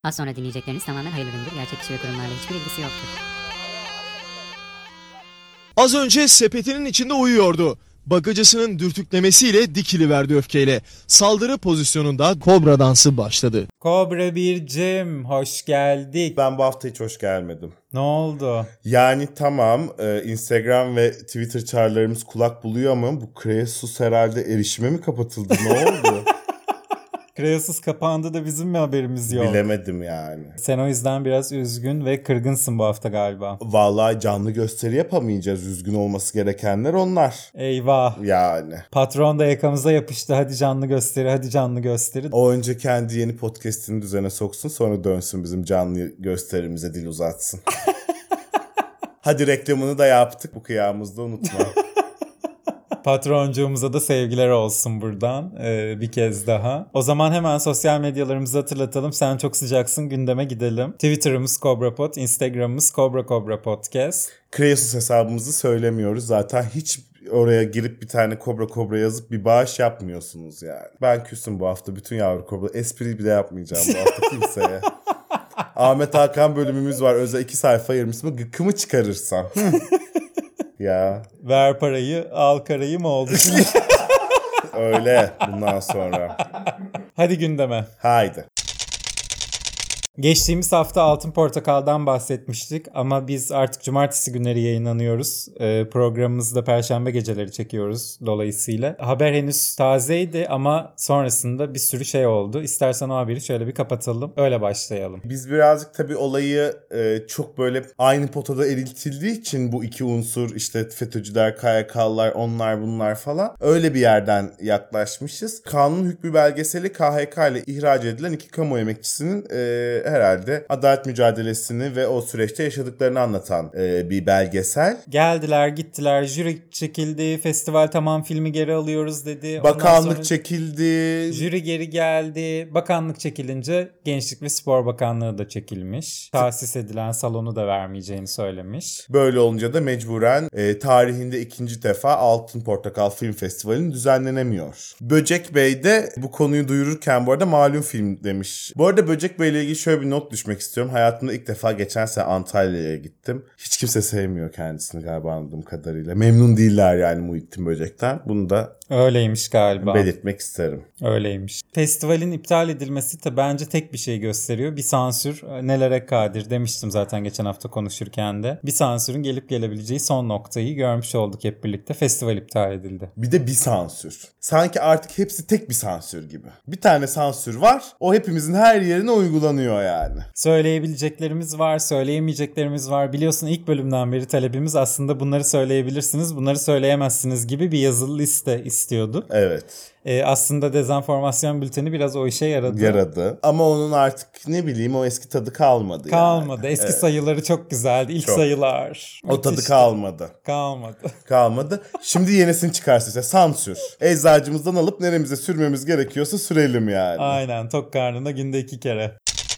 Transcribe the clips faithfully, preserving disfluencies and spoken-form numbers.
Az sonra dinleyecekleriniz tamamen hayırlıdır. Gerçek kişi ve kurumlarla hiçbir ilgisi yoktur. Az önce sepetinin içinde uyuyordu. Bagacısının dürtüklemesiyle dikiliverdi öfkeyle. Saldırı pozisyonunda kobra dansı başladı. Kobra bircim, hoş geldik. Ben bu hafta hiç hoş gelmedim. Ne oldu? Yani tamam e, Instagram ve Twitter çağrılarımız kulak buluyor ama bu Kreasus herhalde erişime mi kapatıldı? Ne oldu? Kreasus kapandı da bizim mi haberimiz yok? Bilemedim yani. Sen o yüzden biraz üzgün ve kırgınsın bu hafta galiba. Vallahi canlı gösteri yapamayacağız. Üzgün olması gerekenler onlar. Eyvah. Yani. Patron da yakamıza yapıştı. Hadi canlı gösteri, hadi canlı gösteri. O önce kendi yeni podcast'ini düzene soksun, sonra dönsün bizim canlı gösterimize dil uzatsın. Hadi reklamını da yaptık, bu kıyamızda unutma. Patroncuğumuza da sevgiler olsun buradan ee, bir kez daha. O zaman hemen sosyal medyalarımızı hatırlatalım. Sen çok sıcaksın, gündeme gidelim. Twitter'ımız CobraPod, Instagram'ımız Cobra Cobra Podcast. Kreasus hesabımızı söylemiyoruz. Zaten hiç oraya girip bir tane Cobra Cobra yazıp bir bağış yapmıyorsunuz yani. Ben küstüm bu hafta bütün yavru Cobra. Espri bile yapmayacağım bu hafta kimseye. Ahmet Hakan bölümümüz var. Özel iki sayfa ayırmışsın. Gıkımı çıkarırsam. Ya. Ver parayı, al karayı mı oldu? Öyle bundan sonra. Hadi gündeme. Haydi. Geçtiğimiz hafta Altın Portakal'dan bahsetmiştik ama biz artık cumartesi günleri yayınlanıyoruz. Ee, programımızı da perşembe geceleri çekiyoruz dolayısıyla. Haber henüz tazeydi ama sonrasında bir sürü şey oldu. İstersen o haberi şöyle bir kapatalım, öyle başlayalım. Biz birazcık tabii olayı e, çok böyle aynı potada eriltildiği için bu iki unsur işte FETÖ'cüler, K Y K'lılar, onlar bunlar falan öyle bir yerden yaklaşmışız. Kanun hükmü belgeseli K H K ile ihraç edilen iki kamu emekçisinin e, herhalde adalet mücadelesini ve o süreçte yaşadıklarını anlatan e, bir belgesel. Geldiler gittiler, jüri çekildi, festival tamam filmi geri alıyoruz dedi. Bakanlık çekildi. Jüri geri geldi. Bakanlık çekilince Gençlik ve Spor Bakanlığı da çekilmiş. Tahsis edilen salonu da vermeyeceğini söylemiş. Böyle olunca da mecburen e, tarihinde ikinci defa Altın Portakal Film Festivali'nin düzenlenemiyor. Böcek Bey de bu konuyu duyururken bu arada malum film demiş. Bu arada Böcek Bey ile ilgili şöyle bir not düşmek istiyorum. Hayatımda ilk defa geçen sene Antalya'ya gittim. Hiç kimse sevmiyor kendisini galiba anladığım kadarıyla. Memnun değiller yani Muhittin Böcek'ten. Bunu da öyleymiş galiba. belirtmek isterim. Öyleymiş. Festivalin iptal edilmesi de bence tek bir şey gösteriyor. Bir sansür nelere kadir demiştim zaten geçen hafta konuşurken de. Bir sansürün gelip gelebileceği son noktayı görmüş olduk hep birlikte. Festival iptal edildi. Bir de bir sansür. Sanki artık hepsi tek bir sansür gibi. Bir tane sansür var. O hepimizin her yerine uygulanıyor yani. Söyleyebileceklerimiz var, söyleyemeyeceklerimiz var. Biliyorsun ilk bölümden beri talebimiz aslında bunları söyleyebilirsiniz, bunları söyleyemezsiniz gibi bir yazılı liste istiyorduk. Evet. Ee, aslında dezenformasyon bülteni biraz o işe yaradı. Yaradı. Ama onun artık ne bileyim o eski tadı kalmadı. Kalmadı. Yani. Eski evet. sayıları çok güzeldi. İlk çok. sayılar. O tadı kalmadı. Kalmadı. Kalmadı. Şimdi yenisini çıkarsın işte sansür. Eczacımızdan alıp neremize sürmemiz gerekiyorsa sürelim yani. Aynen. Tok karnına günde iki kere.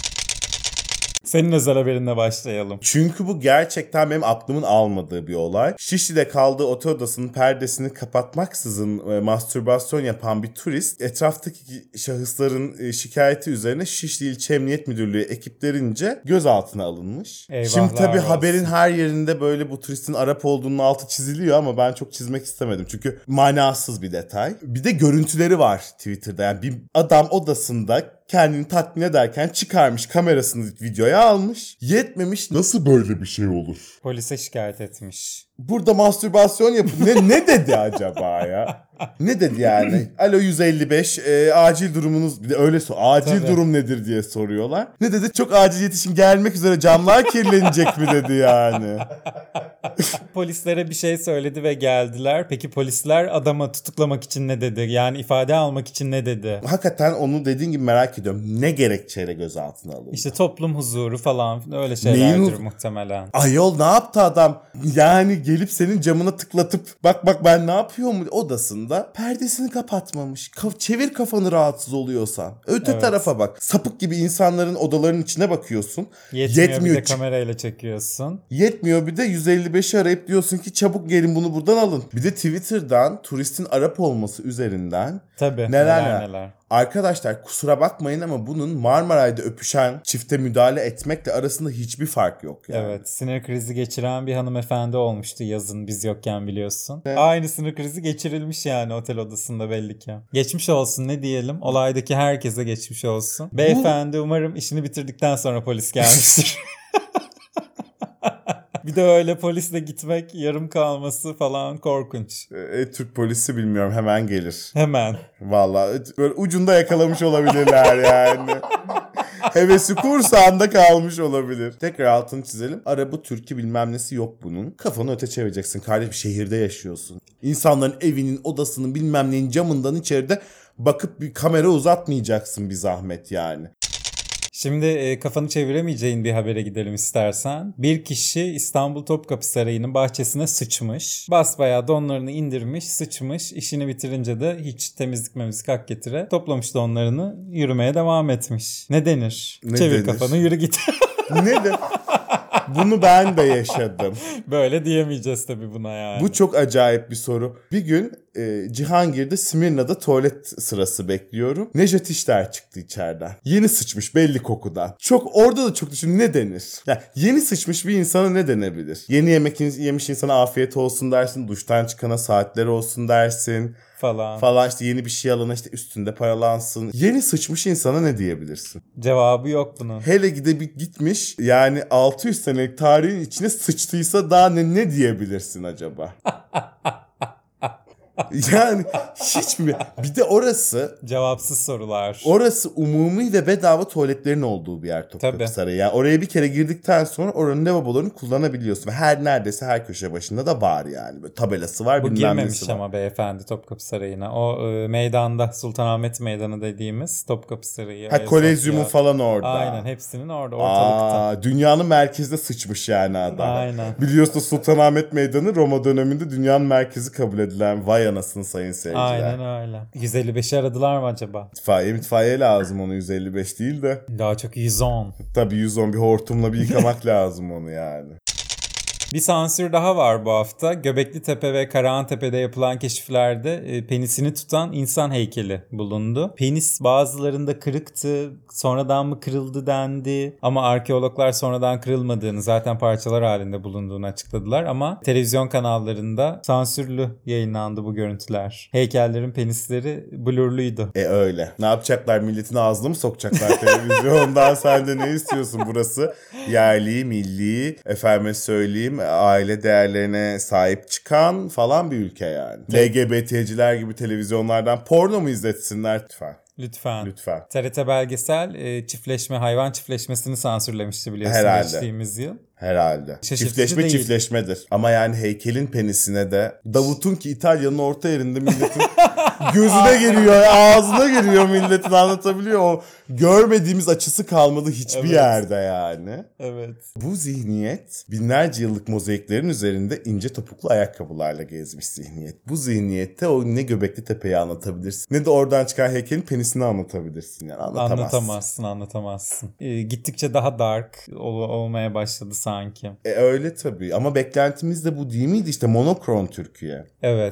Senin özel haberinle başlayalım. Çünkü bu gerçekten benim aklımın almadığı bir olay. Şişli'de kaldığı otel odasının perdesini kapatmaksızın e, mastürbasyon yapan bir turist etraftaki şahısların e, şikayeti üzerine Şişli İlçe Emniyet Müdürlüğü ekiplerince gözaltına alınmış. Eyvahlar Şimdi tabii olsun. haberin her yerinde böyle bu turistin Arap olduğunun altı çiziliyor ama ben çok çizmek istemedim. Çünkü manasız bir detay. Bir de görüntüleri var Twitter'da. Yani bir adam odasında kendini tatmin ederken çıkarmış kamerasını videoya almış. Yetmemiş. Nasıl böyle bir şey olur? Polise şikayet etmiş. Burada mastürbasyon yapın. Ne, ne dedi acaba ya? Ne dedi yani? Alo yüz elli beş e, acil durumunuz bir de öyle sor. Acil Tabii. durum nedir diye soruyorlar. Ne dedi? Çok acil yetişin gelmek üzere camlar kirlenecek mi dedi yani. Polislere bir şey söyledi ve geldiler. Peki polisler adamı tutuklamak için ne dedi? Yani ifade almak için ne dedi? Hakikaten onu dediğin gibi merak ediyorum. Ne gerekçeyle gözaltına alındı? İşte toplum huzuru falan öyle şeylerdir Neyin? muhtemelen. Ayol ne yaptı adam? Yani gelip senin camına tıklatıp bak bak ben ne yapıyorum odasında perdesini kapatmamış. Ka- çevir kafanı rahatsız oluyorsan. Öte Evet. tarafa bak. Sapık gibi insanların odalarının içine bakıyorsun. Yetmiyor, Yetmiyor. bir de kamerayla çekiyorsun. Yetmiyor bir de yüz elli beşi arayıp Evet, diyorsun ki çabuk gelin bunu buradan alın. Bir de Twitter'dan turistin Arap olması üzerinden Tabii. neler Neler neler. neler. Arkadaşlar kusura bakmayın ama bunun Marmaray'da öpüşen çifte müdahale etmekle arasında hiçbir fark yok yani. Evet, sinir krizi geçiren bir hanımefendi olmuştu yazın biz yokken biliyorsun. Evet. Aynı sinir krizi geçirilmiş yani otel odasında belli ki. Geçmiş olsun ne diyelim, olaydaki herkese geçmiş olsun. Beyefendi umarım işini bitirdikten sonra polis gelmiştir. Bir de öyle polisle gitmek, yarım kalması falan korkunç. E, Türk polisi bilmiyorum hemen gelir. Hemen. Vallahi böyle ucunda yakalamış olabilirler yani. Hevesi kursağında kalmış olabilir. Tekrar altını çizelim. Arabı, Türk'ü bilmem nesi yok bunun. Kafanı öte çevireceksin. Kardeşim şehirde yaşıyorsun. İnsanların evinin, odasının bilmem neyin camından içeride bakıp bir kamera uzatmayacaksın bir zahmet yani. Şimdi e, kafanı çeviremeyeceğin bir habere gidelim istersen. Bir kişi İstanbul Topkapı Sarayı'nın bahçesine sıçmış. Basbayağı donlarını indirmiş, sıçmış. İşini bitirince de hiç temizlik memizlik hak getire toplamış donlarını, yürümeye devam etmiş. Ne denir? Ne Çevir denir? kafanı, yürü git. Ne de? Bunu ben de yaşadım. Böyle diyemeyeceğiz tabii buna yani. Bu çok acayip bir soru. Bir gün e, Cihangir'de Smirna'da tuvalet sırası bekliyorum. Nejat İşler çıktı içeriden. Yeni sıçmış belli kokudan. Çok orada da çok düşün, ne denir? Yani yeni sıçmış bir insana ne denebilir? Yeni yemek yemiş insana afiyet olsun dersin. Duştan çıkana saatler olsun dersin. Falan. Falan işte yeni bir şey alana işte üstünde paralansın. Yeni sıçmış insana ne diyebilirsin? Cevabı yok bunun. Hele gide bir gitmiş yani altı yüz senelik tarihin içine sıçtıysa daha ne, ne diyebilirsin acaba? Yani hiç mi? Bir de orası Cevapsız sorular. orası umumi ve bedava tuvaletlerin olduğu bir yer Tabii. Topkapı Sarayı. Yani oraya bir kere girdikten sonra oranın lavabolarını kullanabiliyorsun. Ve her neredeyse her köşe başında da var yani. Böyle tabelası var, Bu bilmem girmemiş nesi var. ama beyefendi Topkapı Sarayı'na. O e, meydanda, Sultanahmet Meydanı dediğimiz Topkapı Sarayı. Ha, Kolezyumun falan orada. Aynen, hepsinin orada, ortalıkta. Aa, dünyanın merkezinde sıçmış yani adam. Aynen. Biliyorsun Sultanahmet Meydanı Roma döneminde dünyanın merkezi kabul edilen, vay anasını sayın seyirciler. Aynen öyle. yüz elli beşi aradılar mı acaba? İtfaiye itfaiye lazım onu, yüz elli beş değil de. Daha çok yüz on. Tabii yüz on bir hortumla bir yıkamak lazım onu yani. Bir sansür daha var bu hafta. Göbekli Tepe ve Karahantepe'de yapılan keşiflerde e, penisini tutan insan heykeli bulundu. Penis bazılarında kırıktı, sonradan mı kırıldı dendi. Ama arkeologlar sonradan kırılmadığını, zaten parçalar halinde bulunduğunu açıkladılar. Ama televizyon kanallarında sansürlü yayınlandı bu görüntüler. Heykellerin penisleri blurluydu. E öyle. Ne yapacaklar? Milletin ağzına mı sokacaklar televizyondan? Sen de ne istiyorsun? Burası yerli, milli, efendime söyleyeyim, aile değerlerine sahip çıkan falan bir ülke yani. L G B T'ciler gibi televizyonlardan porno mu izletsinler lütfen? Lütfen. Lütfen. T R T belgesel e, çiftleşme, hayvan çiftleşmesini sansürlemişti biliyorsun Herhalde. geçtiğimiz yıl. Herhalde. Şaşırtıcı Çiftleşme değil. çiftleşmedir. Ama yani heykelin penisine de Davut'un ki İtalya'nın orta yerinde milletin gözüne geliyor, ağzına geliyor milletin, anlatabiliyor. O görmediğimiz açısı kalmadı hiçbir Evet. yerde yani. Evet. Bu zihniyet binlerce yıllık mozaiklerin üzerinde ince topuklu ayakkabılarla gezmiş zihniyet. Bu zihniyette o ne Göbekli Tepe'yi anlatabilirsin ne de oradan çıkan heykelin penisini anlatabilirsin yani, anlatamazsın. Anlatamazsın, anlatamazsın. Ee, gittikçe daha dark ol- olmaya başladı sanki. E öyle tabii ama beklentimiz de bu değil miydi işte, monokrom Türkiye. Evet.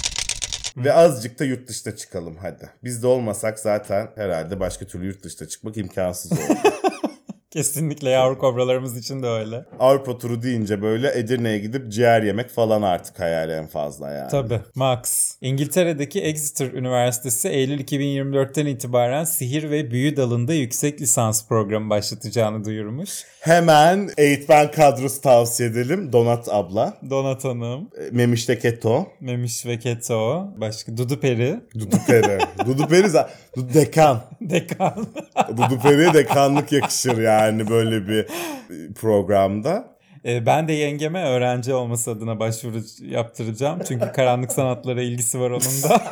Ve azıcık da yurt dışına çıkalım hadi. Biz de olmasak zaten herhalde başka türlü yurt dışına çıkmak imkansız oldu. Kesinlikle yavru kobralarımız için de öyle. Avrupa turu deyince böyle Edirne'ye gidip ciğer yemek falan artık hayal en fazla yani. Tabii. Max. İngiltere'deki Exeter Üniversitesi Eylül iki bin yirmi dörtten itibaren sihir ve büyü dalında yüksek lisans programı başlatacağını duyurmuş. Hemen eğitmen kadrosu tavsiye edelim. Donat abla, Donat Hanım, e, Memişte Keto, Memiş ve Keto, başka Dudu Peri, Dudu Peri. Dudu Peri zaten Dudu dekan. Dekan. Dudu Peri'ye dekanlık yakışır yani böyle bir programda. Ee, ben de yengeme öğrenci olması adına başvuru yaptıracağım. Çünkü karanlık sanatlara ilgisi var onun da.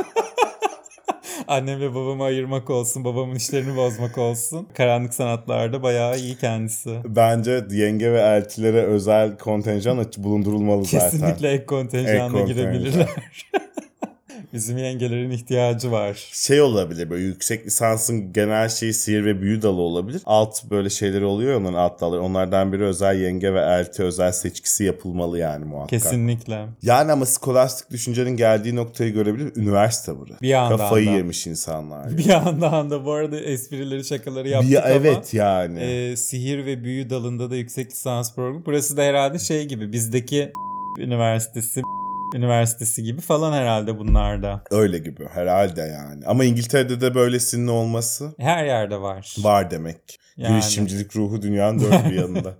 Annemle babamı ayırmak olsun, babamın işlerini bozmak olsun. Karanlık sanatlarda bayağı iyi kendisi. Bence yenge ve eltilere özel kontenjan aç- bulundurulmalı zaten. Kesinlikle ek kontenjanla Ek kontenjan. girebilirler. Bizim yengelerin ihtiyacı var. Şey olabilir, böyle yüksek lisansın genel şeyi sihir ve büyü dalı olabilir. Alt böyle şeyleri oluyor ya, onların alt dalları. Onlardan biri özel yenge ve elti özel seçkisi yapılmalı yani muhakkak. Kesinlikle. Yani ama skolastik düşüncenin geldiği noktayı görebilir. Üniversite burası. Bir yandan Kafayı da. yemiş insanlar. Bir yandan da bu arada esprileri şakaları yaptık Bir, ama. evet yani. E, sihir ve büyü dalında da yüksek lisans programı. Burası da herhalde şey gibi, bizdeki üniversitesi üniversitesi gibi falan herhalde bunlarda. Öyle gibi herhalde yani. Ama İngiltere'de de böylesinin olması Her yerde var. var demek. Yani. Girişimcilik ruhu dünyanın dört bir yanında.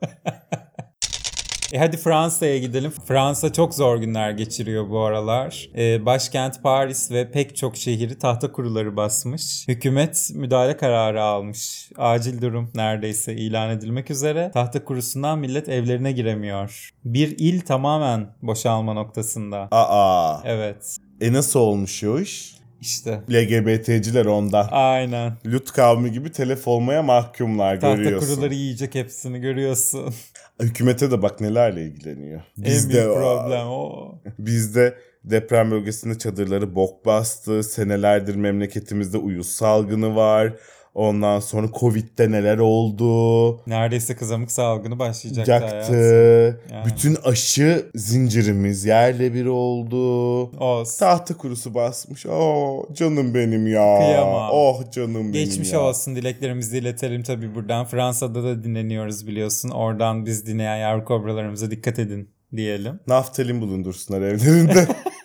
E hadi Fransa'ya gidelim. Fransa çok zor günler geçiriyor bu aralar. Ee, başkent Paris ve pek çok şehri tahta kuruları basmış. Hükümet müdahale kararı almış. Acil durum neredeyse ilan edilmek üzere. Tahta kurusundan millet evlerine giremiyor. Bir il tamamen boşalma noktasında. Aa. Evet. E nasıl olmuş o iş? İşte. L G B T'ciler ondan. Aynen. Lut kavmi gibi telef olmaya mahkumlar, Tahta görüyorsun. Tahta kuruları yiyecek hepsini görüyorsun. Hükümete de bak nelerle ilgileniyor. En Bizde, büyük problem o. Bizde deprem bölgesinde çadırları bok bastı. Senelerdir memleketimizde uyuz salgını var. Ondan sonra Covid'de neler oldu? Neredeyse kızamık salgını başlayacaktı Yaktı. Yani. Bütün aşı zincirimiz yerle bir oldu. Olsun. Tahta kurusu basmış. Oh canım benim ya. Kıyamam. Oh canım benim Geçmiş ya. olsun, dileklerimizi iletelim tabii buradan. Fransa'da da dinleniyoruz biliyorsun. Oradan biz dinleyen yavru kobralarımıza dikkat edin diyelim. Naftalin bulundursunlar evlerinde.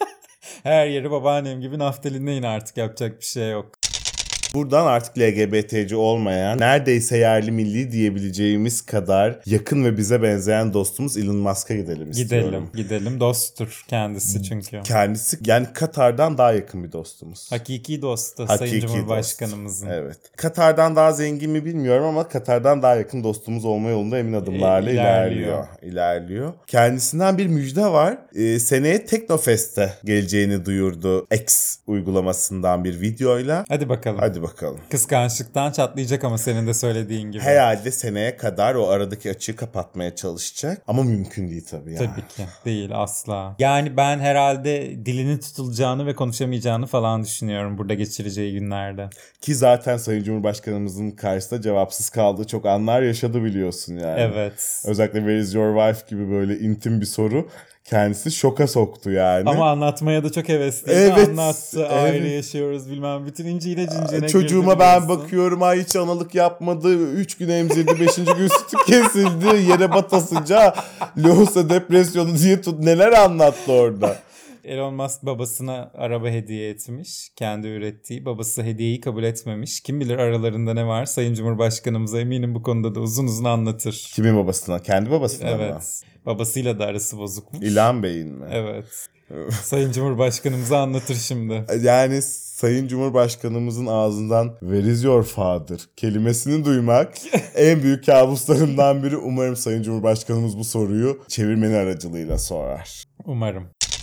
Her yeri babaannem gibi naftalinleyin, artık yapacak bir şey yok. Buradan artık L G B T'ci olmayan, neredeyse yerli milli diyebileceğimiz kadar yakın ve bize benzeyen dostumuz Elon Musk'a gidelim istiyorum. Gidelim, gidelim. Dosttur kendisi çünkü. Kendisi yani Katar'dan daha yakın bir dostumuz. Hakiki dostu Hakiki Sayın dost. Cumhurbaşkanımızın. Evet. Katar'dan daha zengin mi bilmiyorum ama Katar'dan daha yakın dostumuz olma yolunda emin adımlarla E, ilerliyor. ilerliyor. İlerliyor. Kendisinden bir müjde var. Ee, seneye Teknofest'e geleceğini duyurdu. X uygulamasından bir videoyla. Hadi bakalım. Hadi bakalım. Kıskançlıktan çatlayacak ama senin de söylediğin gibi. Herhalde seneye kadar o aradaki açığı kapatmaya çalışacak. Ama mümkün değil tabii ya. Tabii ki değil, asla. Yani ben herhalde dilinin tutulacağını ve konuşamayacağını falan düşünüyorum burada geçireceği günlerde. Ki zaten Sayın Cumhurbaşkanımızın karşısında cevapsız kaldığı çok anlar yaşadı biliyorsun yani. Evet. Özellikle Where is your wife gibi böyle intim bir soru kendisi şoka soktu yani. Ama anlatmaya da çok hevesliydi. Evet, Anlattı. evet. Ayrı yaşıyoruz bilmem. Bütün inciyle cincine Çocuğuma girdi ben biliyorsun. bakıyorum, ay hiç analık yapmadı. Üç gün emzirdi, beşinci gün sütü kesildi. Yere batasınca lohusa depresyonu diye tut. Neler anlattı orada. Elon Musk babasına araba hediye etmiş. Kendi ürettiği. Babası hediyeyi kabul etmemiş. Kim bilir aralarında ne var. Sayın Cumhurbaşkanımıza eminim bu konuda da uzun uzun anlatır. Kimin babasına? Kendi babasına mı? Evet. Babasıyla da arası bozukmuş. İlhan Bey'in mi? Evet. Sayın Cumhurbaşkanımıza anlatır şimdi. Yani Sayın Cumhurbaşkanımızın ağzından "Where is your father?" kelimesini duymak en büyük kabuslarımdan biri. Umarım Sayın Cumhurbaşkanımız bu soruyu çevirmeni aracılığıyla sorar. Umarım.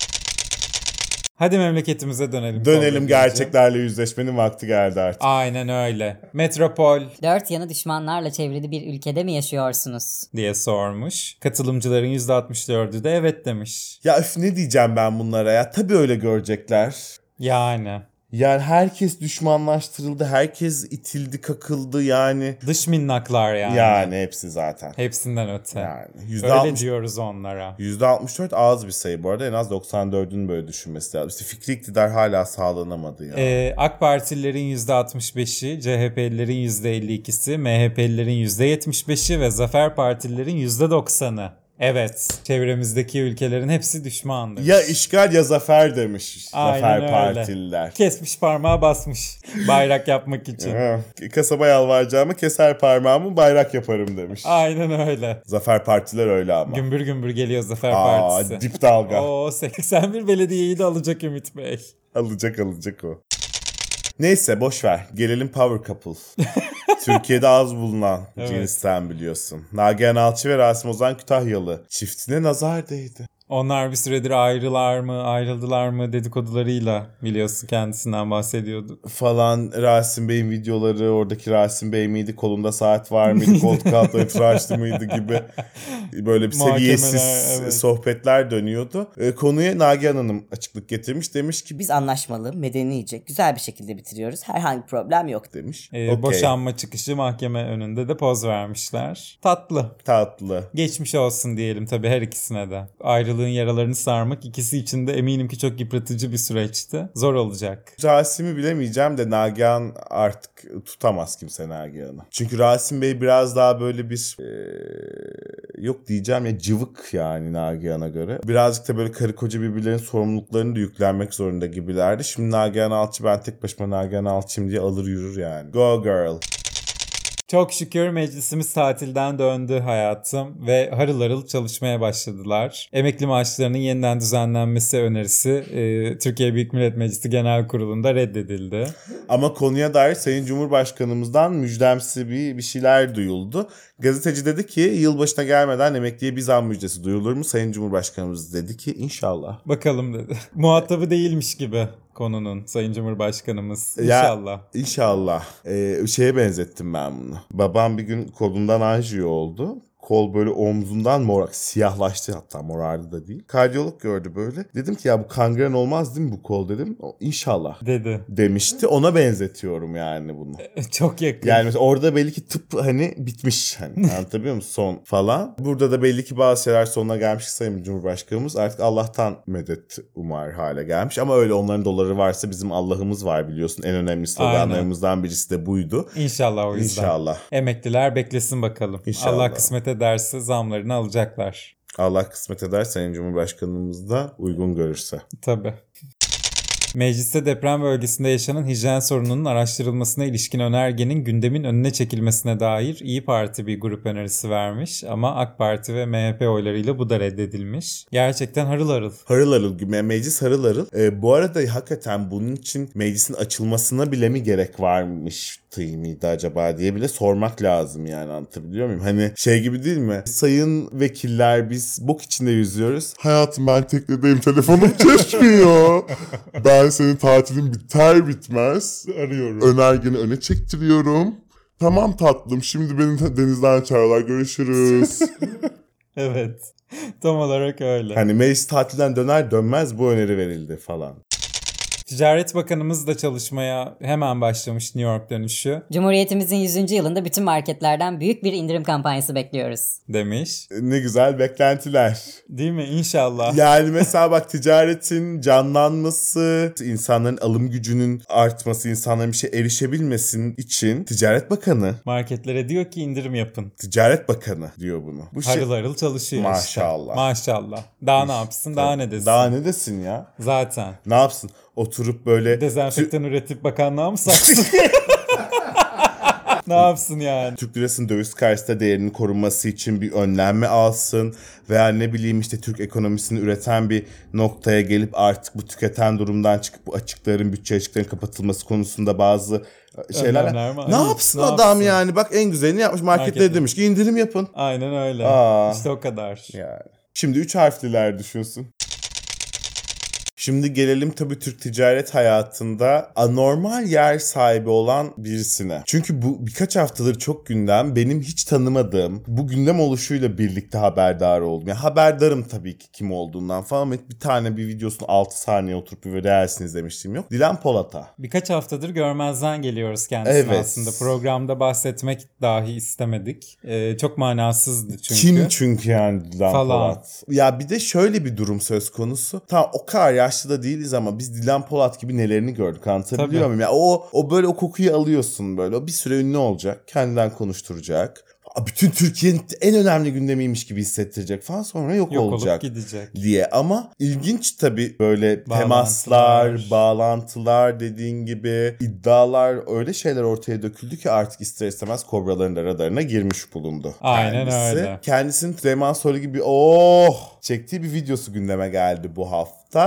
Hadi memleketimize dönelim. Dönelim, Sonra gerçeklerle yüzleşmenin vakti geldi artık. Aynen öyle. Metropol Dört yanı düşmanlarla çevrili bir ülkede mi yaşıyorsunuz? diye sormuş. Katılımcıların yüzde altmış dördü de evet demiş. Ya öf, ne diyeceğim ben bunlara ya? Tabii öyle görecekler. Yani. Yani herkes düşmanlaştırıldı, herkes itildi, kakıldı yani. Dış minnaklar yani. Yani hepsi zaten. Hepsinden öte. Yani yüzde Öyle altmış diyoruz onlara. yüzde altmış dört az bir sayı bu arada. En az doksan dördünün böyle düşünmesi lazım. İşte fikri iktidar hala sağlanamadı ya. Ee, AK Partililerin yüzde altmış beşi, C H P'lilerin yüzde elli ikisi, M H P'lilerin yüzde yetmiş beşi ve Zafer Partililerin yüzde doksanı. Evet, çevremizdeki ülkelerin hepsi düşmandır. Ya işgal ya zafer demiş Aynen Zafer öyle. Partililer. Kesmiş parmağı basmış bayrak yapmak için. Ha, kasaba yalvaracağımı keser parmağımı bayrak yaparım demiş. Aynen öyle. Zafer Partiler öyle ama. Gümbür gümbür geliyor Zafer Aa, Partisi. dip dalga. Oo, seksen bir belediyeyi de alacak Ümit Bey. Alacak alacak o. Neyse boş ver. Gelelim Power Couple. Türkiye'de az bulunan Evet. cinsten biliyorsun. Nagihan Alçı ve Rasim Ozan Kütahyalı çiftine nazar değdi. Onlar bir süredir ayrılar mı, ayrıldılar mı dedikodularıyla biliyorsun kendisinden bahsediyordu. Falan Rasim Bey'in videoları, oradaki Rasim Bey miydi, kolunda saat var mıydı, koltuk altları tıraşlı mıydı gibi böyle bir seviyesiz evet. sohbetler dönüyordu. E, konuya Nagihan Hanım açıklık getirmiş. Demiş ki Biz anlaşmalı, medenice, güzel bir şekilde bitiriyoruz. Herhangi bir problem yok. demiş. Ee, Okey. Boşanma çıkışı mahkeme önünde de poz vermişler. Tatlı. Tatlı. Geçmiş olsun diyelim tabii her ikisine de. Ayrılığın yaralarını sarmak ikisi için de eminim ki çok yıpratıcı bir süreçti. Zor olacak. Rasim'i bilemeyeceğim de Nagihan artık tutamaz kimse Nagihan'ı. Çünkü Rasim Bey biraz daha böyle bir ee, yok diyeceğim ya cıvık yani Nagihan'a göre. Birazcık da böyle karı koca birbirlerinin sorumluluklarını da yüklenmek zorunda gibilerdi. Şimdi Nagihan Alçı ben tek başıma Nagihan Alçı'yım diye alır yürür yani. Go girl. Çok şükür meclisimiz tatilden döndü hayatım ve harıl harıl çalışmaya başladılar. Emekli maaşlarının yeniden düzenlenmesi önerisi e, Türkiye Büyük Millet Meclisi Genel Kurulu'nda reddedildi. Ama konuya dair Sayın Cumhurbaşkanımızdan müjdemsi bir, bir şeyler duyuldu. Gazeteci dedi ki yılbaşına gelmeden emekliye bir zam müjdesi duyulur mu? Sayın Cumhurbaşkanımız dedi ki inşallah. Bakalım dedi. Muhatabı değilmiş gibi konunun Sayın Cumhurbaşkanımız. İnşallah. Ya, inşallah. Ee, şeye benzettim ben bunu. Babam bir gün kolundan anjiyo oldu. Kol böyle omzundan morak, siyahlaştı hatta morardı da değil. Kardiyolog gördü böyle. Dedim ki ya bu kangren olmaz değil mi bu kol dedim. O, İnşallah Dedi. demişti. Ona benzetiyorum yani bunu. Çok yakın. Yani mesela orada belli ki tıp hani bitmiş hani anlatabiliyor musun son falan. Burada da belli ki bazı şeyler sonuna gelmiş Sayın Cumhurbaşkanımız artık Allah'tan medet umar hale gelmiş. Ama öyle onların doları varsa bizim Allah'ımız var biliyorsun. En önemli sloganlarımızdan birisi de buydu. İnşallah o yüzden. İnşallah. Emekliler beklesin bakalım. İnşallah. Allah kısmet ederse zamlarını alacaklar. Allah kısmet eder Sayın Cumhurbaşkanımız da uygun görürse. Tabii. Mecliste deprem bölgesinde yaşanan hijyen sorununun araştırılmasına ilişkin önergenin gündemin önüne çekilmesine dair İYİ Parti bir grup önerisi vermiş ama AK Parti ve M H P oylarıyla bu da reddedilmiş. Gerçekten harıl harıl. Harıl harıl, meclis harıl harıl. Ee, bu arada hakikaten bunun için meclisin açılmasına bile mi gerek varmış mıydı acaba diye bile sormak lazım yani anlatabiliyor muyum? Hani şey gibi değil mi? Sayın vekiller biz bok içinde yüzüyoruz. Hayatım ben teknedeyim telefonum çalışmıyor. Ben senin tatilin biter bitmez arıyorum. Önergeni öne çektiriyorum. Tamam tatlım şimdi beni denizden çağırıyorlar görüşürüz. Evet. Tam olarak öyle. Hani meclis tatilden döner dönmez bu öneri verildi falan. Ticaret Bakanımız da çalışmaya hemen başlamış New York dönüşü Cumhuriyetimizin yüzüncü yılında bütün marketlerden büyük bir indirim kampanyası bekliyoruz. demiş. Ne güzel beklentiler. Değil mi? İnşallah. Yani mesela bak ticaretin canlanması, insanların alım gücünün artması, insanların bir şey erişebilmesin için Ticaret Bakanı, Marketlere diyor ki indirim yapın. Ticaret Bakanı diyor bunu. Bu Harıl harıl çalışıyor Maşallah. işte. Maşallah. Daha ne yapsın? Daha ne desin? Daha ne desin ya? Zaten. Ne yapsın? Oturup böyle Dezenfektan üretip bakanlığa mı saksın? Ne yapsın yani? Türk lirasının döviz karşısında değerinin korunması için bir önlem mi alsın veya ne bileyim işte Türk ekonomisini üreten bir noktaya gelip artık bu tüketen durumdan çıkıp bu açıkların, bütçe açıklarının kapatılması konusunda bazı şeyler. Önlemler mi? Ne Ay, yapsın ne adam yapsın? yani? Bak en güzelini yapmış. Marketlere Markette. demiş ki indirim yapın. Aynen öyle. Aa. İşte o kadar. Yani. Şimdi üç harfliler düşünsün. Şimdi gelelim tabii Türk ticaret hayatında anormal yer sahibi olan birisine. Çünkü bu birkaç haftadır çok gündem. Benim hiç tanımadığım bu gündem oluşuyla birlikte haberdar oldum. Yani haberdarım tabii ki kim olduğundan falan. Ama bir tane bir videosunu altı saniye oturup bir reelsini izlemiştim yok. Dilan Polat'a. Birkaç haftadır görmezden geliyoruz kendisine Evet. aslında. Programda bahsetmek dahi istemedik. Ee, çok manasızdı çünkü. Kim çünkü yani Dilan Falan. Polat. Ya bir de şöyle bir durum söz konusu. Tamam o kadar yaşlı da değiliz ama biz Dilan Polat gibi nelerini gördük anlatabiliyor Tabii. muyum? Ya o, o böyle o kokuyu alıyorsun böyle. O bir süre ünlü olacak. Kendinden konuşturacak. Bütün Türkiye'nin en önemli gündemiymiş gibi hissettirecek falan sonra yok, Yok olacak olup gidecek. diye. Ama ilginç tabii böyle Bağlantılar. temaslar, bağlantılar dediğin gibi iddialar öyle şeyler ortaya döküldü ki artık ister istemez kobraların da radarına girmiş bulundu. Aynen kendisi. öyle. Kendisinin Süleyman Soylu gibi oh çektiği bir videosu gündeme geldi bu hafta.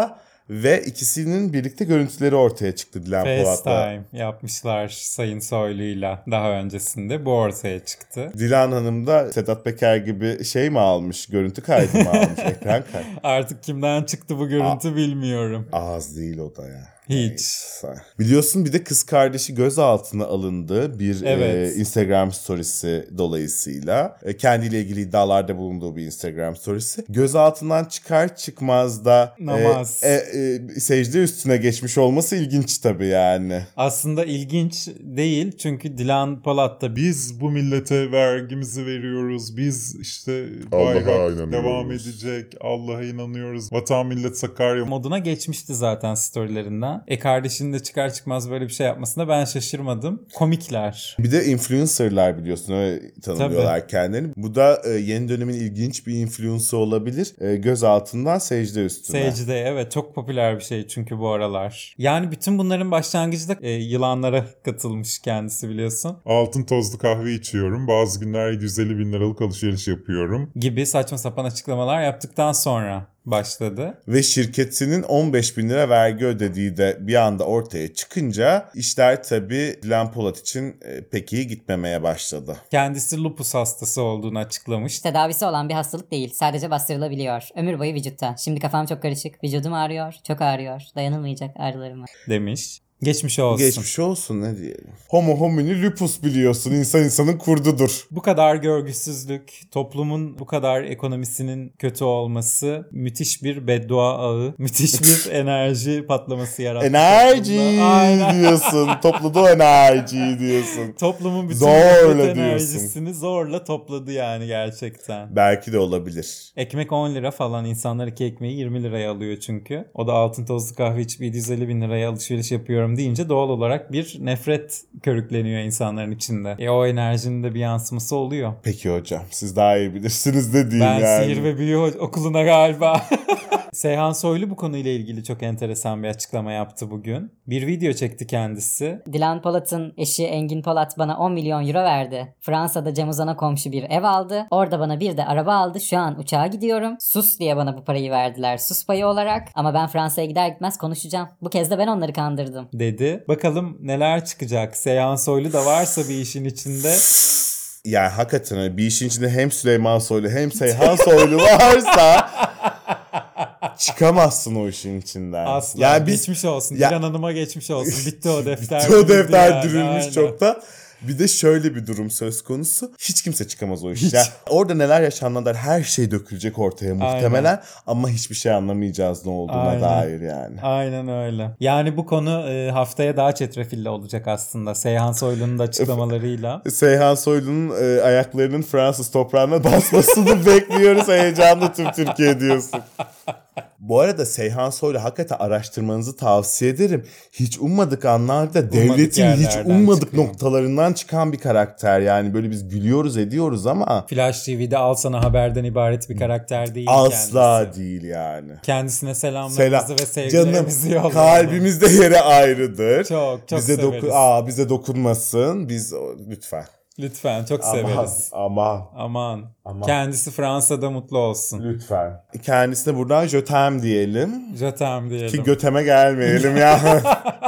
Ve ikisinin birlikte görüntüleri ortaya çıktı Dilan Polat'la. FaceTime yapmışlar Sayın Soylu'yla daha öncesinde. Bu ortaya çıktı. Dilan Hanım da Sedat Peker gibi şey mi almış? Görüntü kaydı mı almış? Ekran kaydı. Artık kimden çıktı bu görüntü A- bilmiyorum. Az değil o da ya. Hiç. Neyse. Biliyorsun bir de kız kardeşi gözaltına alındı bir evet. e, Instagram storiesi dolayısıyla. E, kendiyle ilgili iddialarda bulunduğu bir Instagram storiesi. Gözaltından çıkar çıkmaz da namaz. E, e, e, secde üstüne geçmiş olması ilginç tabii yani. Aslında ilginç değil çünkü Dilan Polat da biz bu millete vergimizi veriyoruz. Biz işte Allah'a bayrak devam edecek. Allah'a inanıyoruz. Vatan millet Sakarya moduna geçmişti zaten storylerinden. E kardeşinin de çıkar çıkmaz böyle bir şey yapmasına ben şaşırmadım. Komikler. Bir de influencerlar biliyorsun öyle tanımlıyorlar Tabii. kendilerini. Bu da e, yeni dönemin ilginç bir influencer olabilir. E, göz altından secde üstüne. Secde evet çok popüler bir şey çünkü bu aralar. Yani bütün bunların başlangıcı da e, yılanlara katılmış kendisi biliyorsun. Altın tozlu kahve içiyorum. Bazı günler yüz elli bin liralık alışveriş yapıyorum. Gibi saçma sapan açıklamalar yaptıktan sonra başladı. Ve şirketinin on beş bin lira vergi ödediği de bir anda ortaya çıkınca işler tabii Dilan Polat için pek iyi gitmemeye başladı. Kendisi lupus hastası olduğunu açıklamış. Tedavisi olan bir hastalık değil. Sadece bastırılabiliyor. Ömür boyu vücutta. Şimdi kafam çok karışık. Vücudum ağrıyor. Çok ağrıyor. Dayanılmayacak ağrılarım var. Demiş. Geçmiş olsun. Geçmiş olsun ne diyelim. Homo homini lupus biliyorsun. İnsan insanın kurdudur. Bu kadar görgüsüzlük, toplumun bu kadar ekonomisinin kötü olması müthiş bir beddua ağı, müthiş bir enerji patlaması yarattı. Enerji diyorsun. Topladı enerji diyorsun. Toplumun bütün zorla enerjisini diyorsun. zorla topladı yani gerçekten. Belki de olabilir. Ekmek on lira falan. İnsanlar iki ekmeği yirmi liraya alıyor çünkü. O da altın tozlu kahve içip yedi yüz elli bin liraya alışveriş yapıyorum deyince doğal olarak bir nefret körükleniyor insanların içinde. E o enerjinin de bir yansıması oluyor. Peki hocam siz daha iyi bilirsiniz de diyeyim ben yani. Ben sihir ve büyü okuluna galiba. Seyhan Soylu bu konuyla ilgili çok enteresan bir açıklama yaptı bugün. Bir video çekti kendisi. Dilan Polat'ın eşi Engin Polat bana on milyon euro verdi. Fransa'da cam uzana komşu bir ev aldı. Orada bana bir de araba aldı. Şu an uçağa gidiyorum. Sus diye bana bu parayı verdiler. Sus payı olarak. Ama ben Fransa'ya gider gitmez konuşacağım. Bu kez de ben onları kandırdım. Dedi. Bakalım neler çıkacak. Seyhan Soylu da varsa bir işin içinde. Yani hakikaten bir işin içinde hem Süleyman Soylu hem Seyhan Soylu varsa çıkamazsın o işin içinden. Asla. Yani biz, geçmiş olsun. Ya, Dilan Hanım'a geçmiş olsun. Bitti o defter. Bitti o defter yani. dürülmüş Aynen. çoktan. Bir de şöyle bir durum söz konusu. Hiç kimse çıkamaz o işten. Yani orada neler yaşananlar her şey dökülecek ortaya muhtemelen. Aynen. Ama hiçbir şey anlamayacağız ne olduğuna Aynen. dair yani. Aynen öyle. Yani bu konu e, haftaya daha çetrefilli olacak aslında. Seyhan Soylu'nun da açıklamalarıyla. Seyhan Soylu'nun e, ayaklarının Fransız toprağına basmasını bekliyoruz. Heyecanlı tüm Türkiye diyorsun. Bu arada Seyhan Soylu hakikaten araştırmanızı tavsiye ederim. Hiç ummadık anlarda ummadık devletin hiç ummadık çıkıyor. noktalarından çıkan bir karakter. Yani böyle biz gülüyoruz ediyoruz ama. Flash T V'de al sana haberden ibaret bir karakter değil Asla kendisi. değil yani. Kendisine selamlarımızı Selam. ve sevgilerimizi Canım, yollayalım. kalbimizde yeri ayrıdır. Çok çok bize severiz. Doku- Aa, bize dokunmasın. Biz lütfen. Lütfen çok aman, severiz. Aman. Aman. Aman. Kendisi Fransa'da mutlu olsun. Lütfen. Kendisine buradan jötem diyelim. Jötem diyelim. Ki göteme gelmeyelim ya.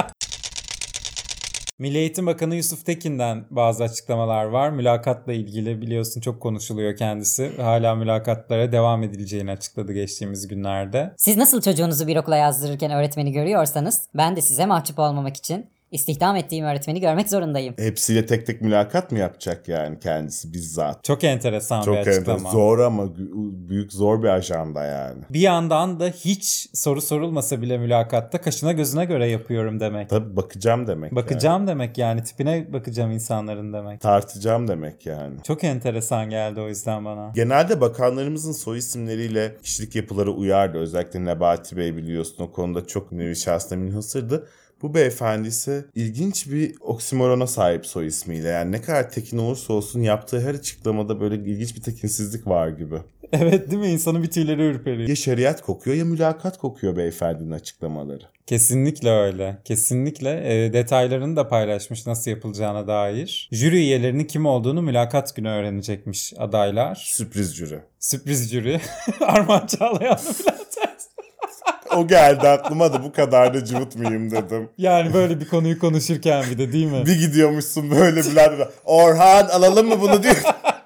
Milli Eğitim Bakanı Yusuf Tekin'den bazı açıklamalar var. Mülakatla ilgili biliyorsun çok konuşuluyor kendisi. Hala mülakatlara devam edileceğini açıkladı geçtiğimiz günlerde. Siz nasıl çocuğunuzu bir okula yazdırırken öğretmeni görüyorsanız ben de size mahcup olmamak için İstihdam ettiğim öğretmeni görmek zorundayım. Hepsiyle tek tek mülakat mı yapacak yani kendisi bizzat? Çok enteresan Çok bir açıklama. Çok zor ama büyük zor bir ajanda yani. Bir yandan da hiç soru sorulmasa bile mülakatta kaşına gözüne göre yapıyorum demek. Tabii bakacağım demek. Bakacağım yani. demek yani tipine bakacağım insanların demek. Tartacağım demek yani. Çok enteresan geldi o yüzden bana. Genelde bakanlarımızın soy isimleriyle kişilik yapıları uyardı. Özellikle Nebati Bey biliyorsun o konuda çok nevi şahsına münhasırdı. Bu beyefendi ise ilginç bir oksimorona sahip soy ismiyle. Yani ne kadar tekin olursa olsun yaptığı her açıklamada böyle ilginç bir tekinsizlik var gibi. Evet değil mi? İnsanın bir tüyleri ürperiyor. Ya şeriat kokuyor ya mülakat kokuyor beyefendinin açıklamaları. Kesinlikle öyle. Kesinlikle e, detaylarını da paylaşmış nasıl yapılacağına dair. Jüri üyelerinin kim olduğunu mülakat günü öğrenecekmiş adaylar. Sürpriz jüri. Sürpriz jüri. Armağan Çağlayan'la mülakat. O geldi aklıma da bu kadar da cıvıtmayayım dedim. Yani böyle bir konuyu konuşurken bir de değil mi? Bir gidiyormuşsun böyle birader. Orhan alalım mı bunu diyor.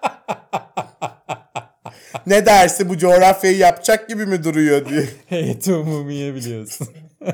Ne dersi bu coğrafyayı yapacak gibi mi duruyor diye. Heyeti umumiye biliyorsun.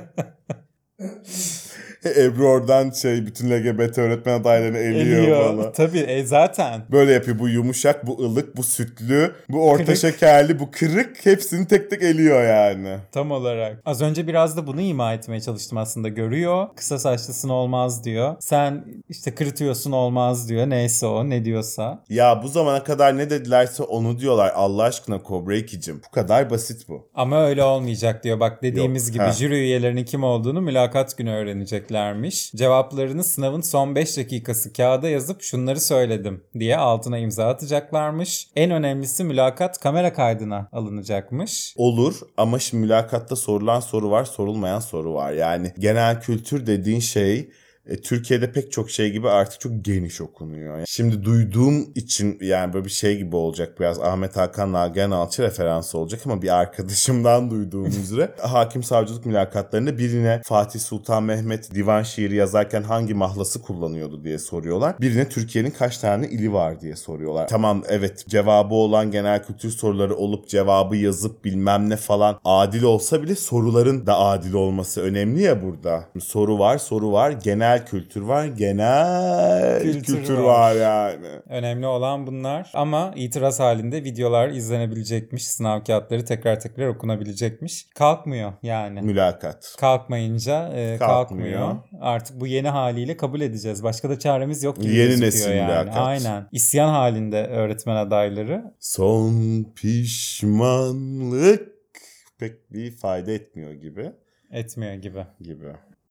Ebru oradan şey bütün L G B T öğretmen adaylarını eliyor, Eliyor. bana. Tabii e, zaten. Böyle yapıyor, bu yumuşak, bu ılık, bu sütlü, bu orta Kırık. şekerli, bu kırık, hepsini tek tek eliyor yani. Tam olarak. Az önce biraz da bunu ima etmeye çalıştım aslında. Görüyor. Kısa saçlısın olmaz diyor. Sen işte kırıtıyorsun olmaz diyor. Neyse o ne diyorsa. Ya bu zamana kadar ne dedilerse onu diyorlar. Allah aşkına Kobra ikicim. Bu kadar basit bu. Ama öyle olmayacak diyor. Bak dediğimiz Yok, gibi ha. jüri üyelerinin kim olduğunu mülakat günü öğreneceklermiş. Cevaplarını sınavın son beş dakikası kağıda yazıp şunları söyledim diye altına imza atacaklarmış. En önemlisi mülakat kamera kaydına alınacakmış. Olur ama şimdi mülakatta sorulan soru var, sorulmayan soru var. Yani genel kültür dediğin şey e, Türkiye'de pek çok şey gibi artık çok geniş okunuyor. Yani şimdi duyduğum için yani böyle bir şey gibi olacak, biraz Ahmet Hakan Nagihan Alçı referansı olacak ama bir arkadaşımdan duyduğum üzere hakim savcılık mülakatlarında birine Fatih Sultan Mehmet divan şiiri yazarken hangi mahlası kullanıyordu diye soruyorlar. Birine Türkiye'nin kaç tane ili var diye soruyorlar. Tamam, evet, cevabı olan genel kültür soruları olup cevabı yazıp bilmem ne falan adil olsa bile soruların da adil olması önemli ya burada. Soru var, soru var, genel kültür var, genel Kültür kültür, var. var yani. Önemli olan bunlar ama itiraz halinde videolar izlenebilecekmiş. Sınav kağıtları tekrar tekrar okunabilecekmiş. Kalkmıyor yani. Mülakat. Kalkmayınca e, kalkmıyor. Kalkmıyor. Artık bu yeni haliyle kabul edeceğiz. Başka da çaremiz yok gibi Yeni gözüküyor nesil yani. mülakat. Aynen. İsyan halinde öğretmen adayları. Son pişmanlık pek bir fayda etmiyor gibi. Etmiyor gibi. gibi.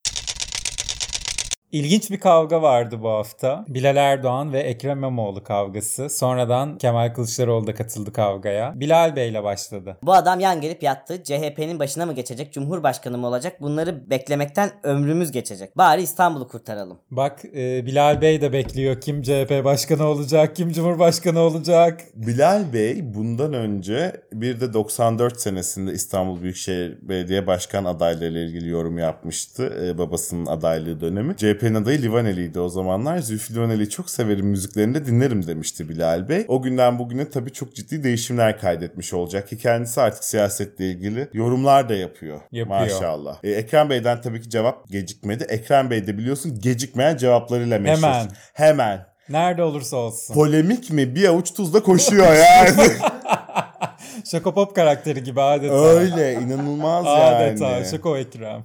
İlginç bir kavga vardı bu hafta. Bilal Erdoğan ve Ekrem İmamoğlu kavgası. Sonradan Kemal Kılıçdaroğlu da katıldı kavgaya. Bilal Bey'le başladı. Bu adam yan gelip yattı. C H P'nin başına mı geçecek, Cumhurbaşkanı mı olacak? Bunları beklemekten ömrümüz geçecek. Bari İstanbul'u kurtaralım. Bak e, Bilal Bey de bekliyor. Kim C H P başkanı olacak, kim Cumhurbaşkanı olacak. Bilal Bey bundan önce bir de doksan dört senesinde İstanbul Büyükşehir Belediye Başkan adaylarıyla ilgili yorum yapmıştı. Ee, babasının adaylığı dönemi. C H P'nin adayı Livaneli'ydi o zamanlar. Zülfü Livaneli'yi çok severim, müziklerini de dinlerim demişti Bilal Bey. O günden bugüne tabii çok ciddi değişimler kaydetmiş olacak ki kendisi artık siyasetle ilgili yorumlar da yapıyor. Yapıyor. Maşallah. Ee, Ekrem Bey'den tabii ki cevap gecikmedi. Ekrem Bey de biliyorsun gecikmeyen cevaplarıyla meşhur. Hemen. Hemen. Nerede olursa olsun. Polemik mi? Bir avuç tuzla koşuyor yani. Şokopop karakteri gibi adeta. Öyle, inanılmaz yani. Adeta Şoko Ekrem.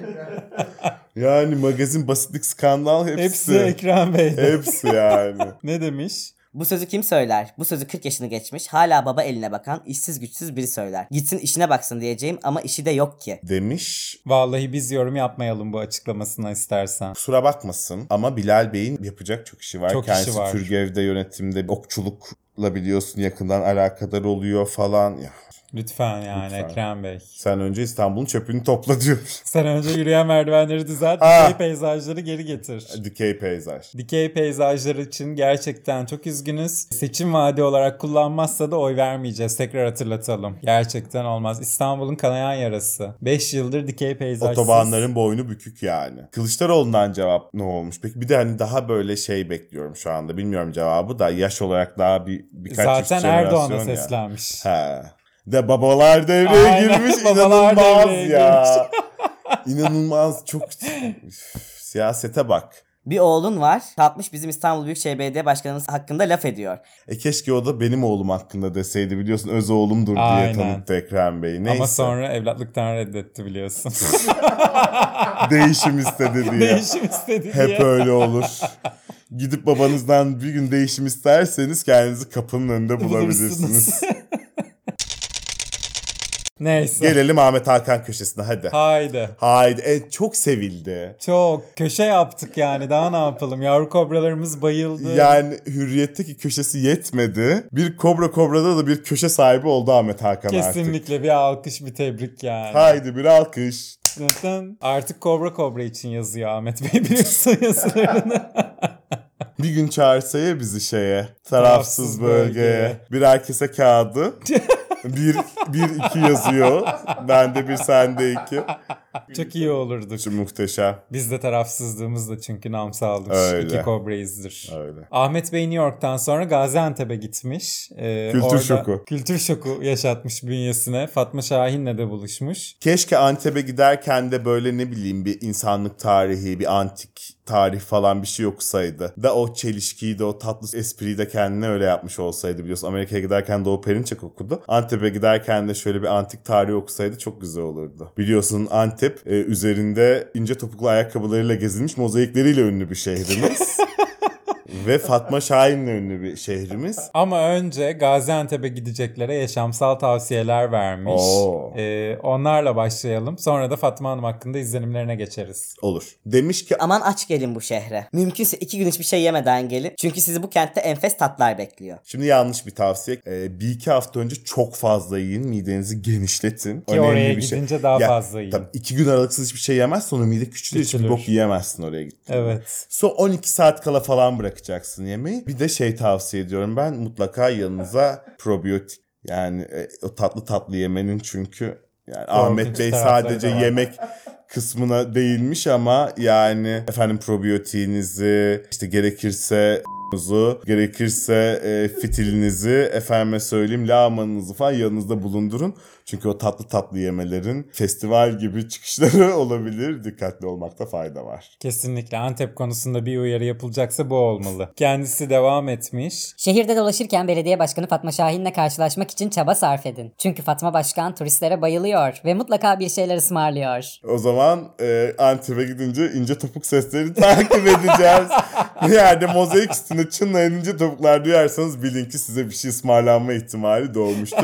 Yani magazin, basitlik, skandal hepsi. Hepsi Ekrem Bey'de. Hepsi yani. Ne demiş? Bu sözü kim söyler? Bu sözü kırk yaşını geçmiş, hala baba eline bakan, işsiz güçsüz biri söyler. Gitsin işine baksın diyeceğim ama işi de yok ki. Demiş. Vallahi biz yorum yapmayalım bu açıklamasına istersen. Kusura bakmasın ama Bilal Bey'in yapacak çok işi var. Çok Kendisi işi var. Türgev'de, yönetimde, okçulukla biliyorsun yakından alakadar oluyor falan. Ya, Lütfen yani Lütfen. Ekrem Bey. sen önce İstanbul'un çöpünü topla diyor. Sen önce yürüyen merdivenleri düzelt, Ha. dikey peyzajları geri getir. Dikey peyzaj. Dikey peyzajlar için gerçekten çok üzgünüz. Seçim vaadi olarak kullanmazsa da oy vermeyeceğiz. Tekrar hatırlatalım. Gerçekten olmaz. İstanbul'un kanayan yarası. beş yıldır dikey peyzajsız. Otobanların boynu bükük yani. Kılıçdaroğlu'ndan cevap ne olmuş? Peki bir de hani daha böyle şey bekliyorum şu anda. Bilmiyorum cevabı da, yaş olarak daha bir birkaç Zaten üst Erdoğan'a jenerasyon ya. seslenmiş. He. De babalar devreye Aynen, girmiş. babalar İnanılmaz devreye ya. İnanılmaz, çok Üf, siyasete bak. Bir oğlun var, kalkmış bizim İstanbul Büyükşehir Belediye Başkanımız hakkında laf ediyor. E keşke o da benim oğlum hakkında deseydi, biliyorsun öz oğlumdur diye Aynen. tanıttı Ekrem Bey. Neyse. Ama sonra evlatlıktan reddetti biliyorsun. Değişim istedi diye. Değişim istedi diye. Hep öyle olur. Gidip babanızdan bir gün değişim isterseniz kendinizi kapının önünde bulabilirsiniz. Bulursunuz. Neyse. Gelelim Ahmet Hakan köşesine hadi. Haydi. Haydi. E, çok sevildi. Çok. Köşe yaptık yani. Daha ne yapalım? Yavru kobralarımız bayıldı. Yani Hürriyet'teki köşesi yetmedi. Bir Kobra Kobra'da da bir köşe sahibi oldu Ahmet Hakan artık. Kesinlikle bir alkış, bir tebrik yani. Haydi bir alkış. Artık Kobra Kobra için yazıyor Ahmet Bey, biliyorsun yazılarını. Bir gün çağırsa ya bizi şeye, tarafsız Tarafsız bölgeye. bölgeye. Bir herkese kağıdı. Bir, bir iki yazıyor. Bende bir, sende iki. Çok iyi olurdu. Şu muhteşem. Biz de tarafsızlığımızla çünkü nam saldık. Öyle. İki Cobra'yızdır. Öyle. Ahmet Bey New York'tan sonra Gaziantep'e gitmiş. Ee, Kültür orada şoku. Kültür şoku yaşatmış bünyesine. Fatma Şahin'le de buluşmuş. Keşke Antep'e giderken de böyle ne bileyim bir insanlık tarihi, bir antik tarih falan bir şey okusaydı. Da o çelişkiyi de o tatlı espriyi de kendine öyle yapmış olsaydı biliyorsun. Amerika'ya giderken Doğu Perinçek okudu. Antep'e giderken de şöyle bir antik tarih okusaydı çok güzel olurdu. Biliyorsun Antep e, üzerinde ince topuklu ayakkabılarıyla gezilmiş mozaikleriyle ünlü bir şehrimiz. Ve Fatma Şahin'le ünlü bir şehrimiz. Ama önce Gaziantep'e gideceklere yaşamsal tavsiyeler vermiş. Oo. Ee, onlarla başlayalım. Sonra da Fatma Hanım hakkında izlenimlerine geçeriz. Olur. Demiş ki Aman aç gelin bu şehre. Mümkünse iki gün hiçbir şey yemeden gelin. Çünkü sizi bu kentte enfes tatlar bekliyor. şimdi yanlış bir tavsiye. Ee, bir iki hafta önce çok fazla yiyin. Midenizi genişletin. Ki oraya gidince daha fazla yiyin. Tabii iki gün aralıksız hiçbir şey yemez. Sonra mide küçülür. Hiçbir Küçülür. bok yiyemezsin oraya gittiğinde. Evet. Son on iki saat kala falan bırakacaksın yemeği. Bir de şey tavsiye ediyorum ben. Mutlaka yanınıza probiyotik. Yani e, o tatlı tatlı yemenin çünkü yani Ahmet Bey tarafları sadece da var. yemek kısmına değinmiş ama yani efendim probiyotiğinizi işte gerekirse muzu, gerekirse e, fitilinizi, efendime söyleyeyim lahmanınızı falan yanınızda bulundurun. Çünkü o tatlı tatlı yemelerin festival gibi çıkışları olabilir. Dikkatli olmakta fayda var. Kesinlikle Antep konusunda bir uyarı yapılacaksa bu olmalı. Kendisi devam etmiş. Şehirde dolaşırken belediye başkanı Fatma Şahin'le karşılaşmak için çaba sarf edin. Çünkü Fatma Başkan turistlere bayılıyor ve mutlaka bir şeyler ısmarlıyor. O zaman e, Antep'e gidince ince topuk sesleri takip edeceğiz. Bir yerde mozaik üstünde çınlayan ince topuklar duyarsanız bilin ki size bir şey ısmarlanma ihtimali doğmuştur.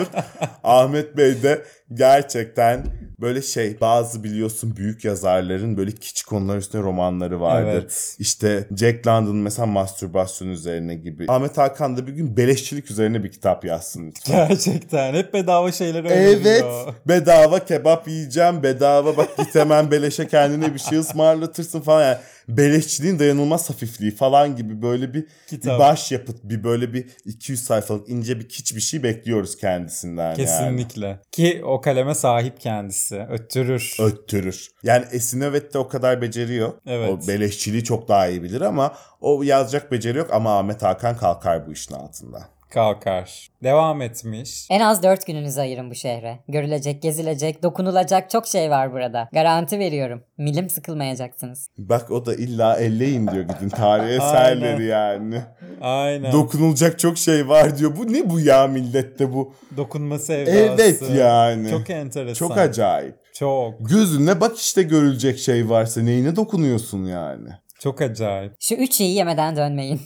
Ahmet Bey de gerçekten böyle şey bazı biliyorsun büyük yazarların böyle küçük konular üstüne romanları vardır. Evet. İşte Jack London mesela mastürbasyon üzerine gibi. Ahmet Hakan da bir gün beleşçilik üzerine bir kitap yazsın lütfen. Gerçekten hep bedava şeyler Evet. öneriyor. Bedava kebap yiyeceğim. Bedava bak git hemen beleşe kendine bir şey ısmarlatırsın falan. Yani beleşçiliğin dayanılmaz hafifliği falan gibi böyle bir, bir başyapıt, bir böyle bir iki yüz sayfalık ince bir kiç bir şey bekliyoruz kendisinden. Kesinlikle. Yani. Ki o kaleme sahip kendisi. Öttürür. Öttürür. Yani Esin Övet'te o kadar beceri yok. Evet. O beleşçiliği çok daha iyi bilir ama o yazacak beceri yok ama Ahmet Hakan kalkar bu işin altında. Kalkar. Devam etmiş. En az dört gününüzü ayırın bu şehre. Görülecek, gezilecek, dokunulacak çok şey var burada. Garanti veriyorum. Milim sıkılmayacaksınız. Bak o da illa elleyin diyor gidin tarihi eserleri yani. Aynen. Dokunulacak çok şey var diyor. Bu ne bu ya millette bu? Dokunma sevdası. Evet yani. Çok enteresan. Çok acayip. Çok. Gözünle bak işte görülecek şey varsa neyine dokunuyorsun yani. Çok acayip. Şu üç şeyi yemeden dönmeyin.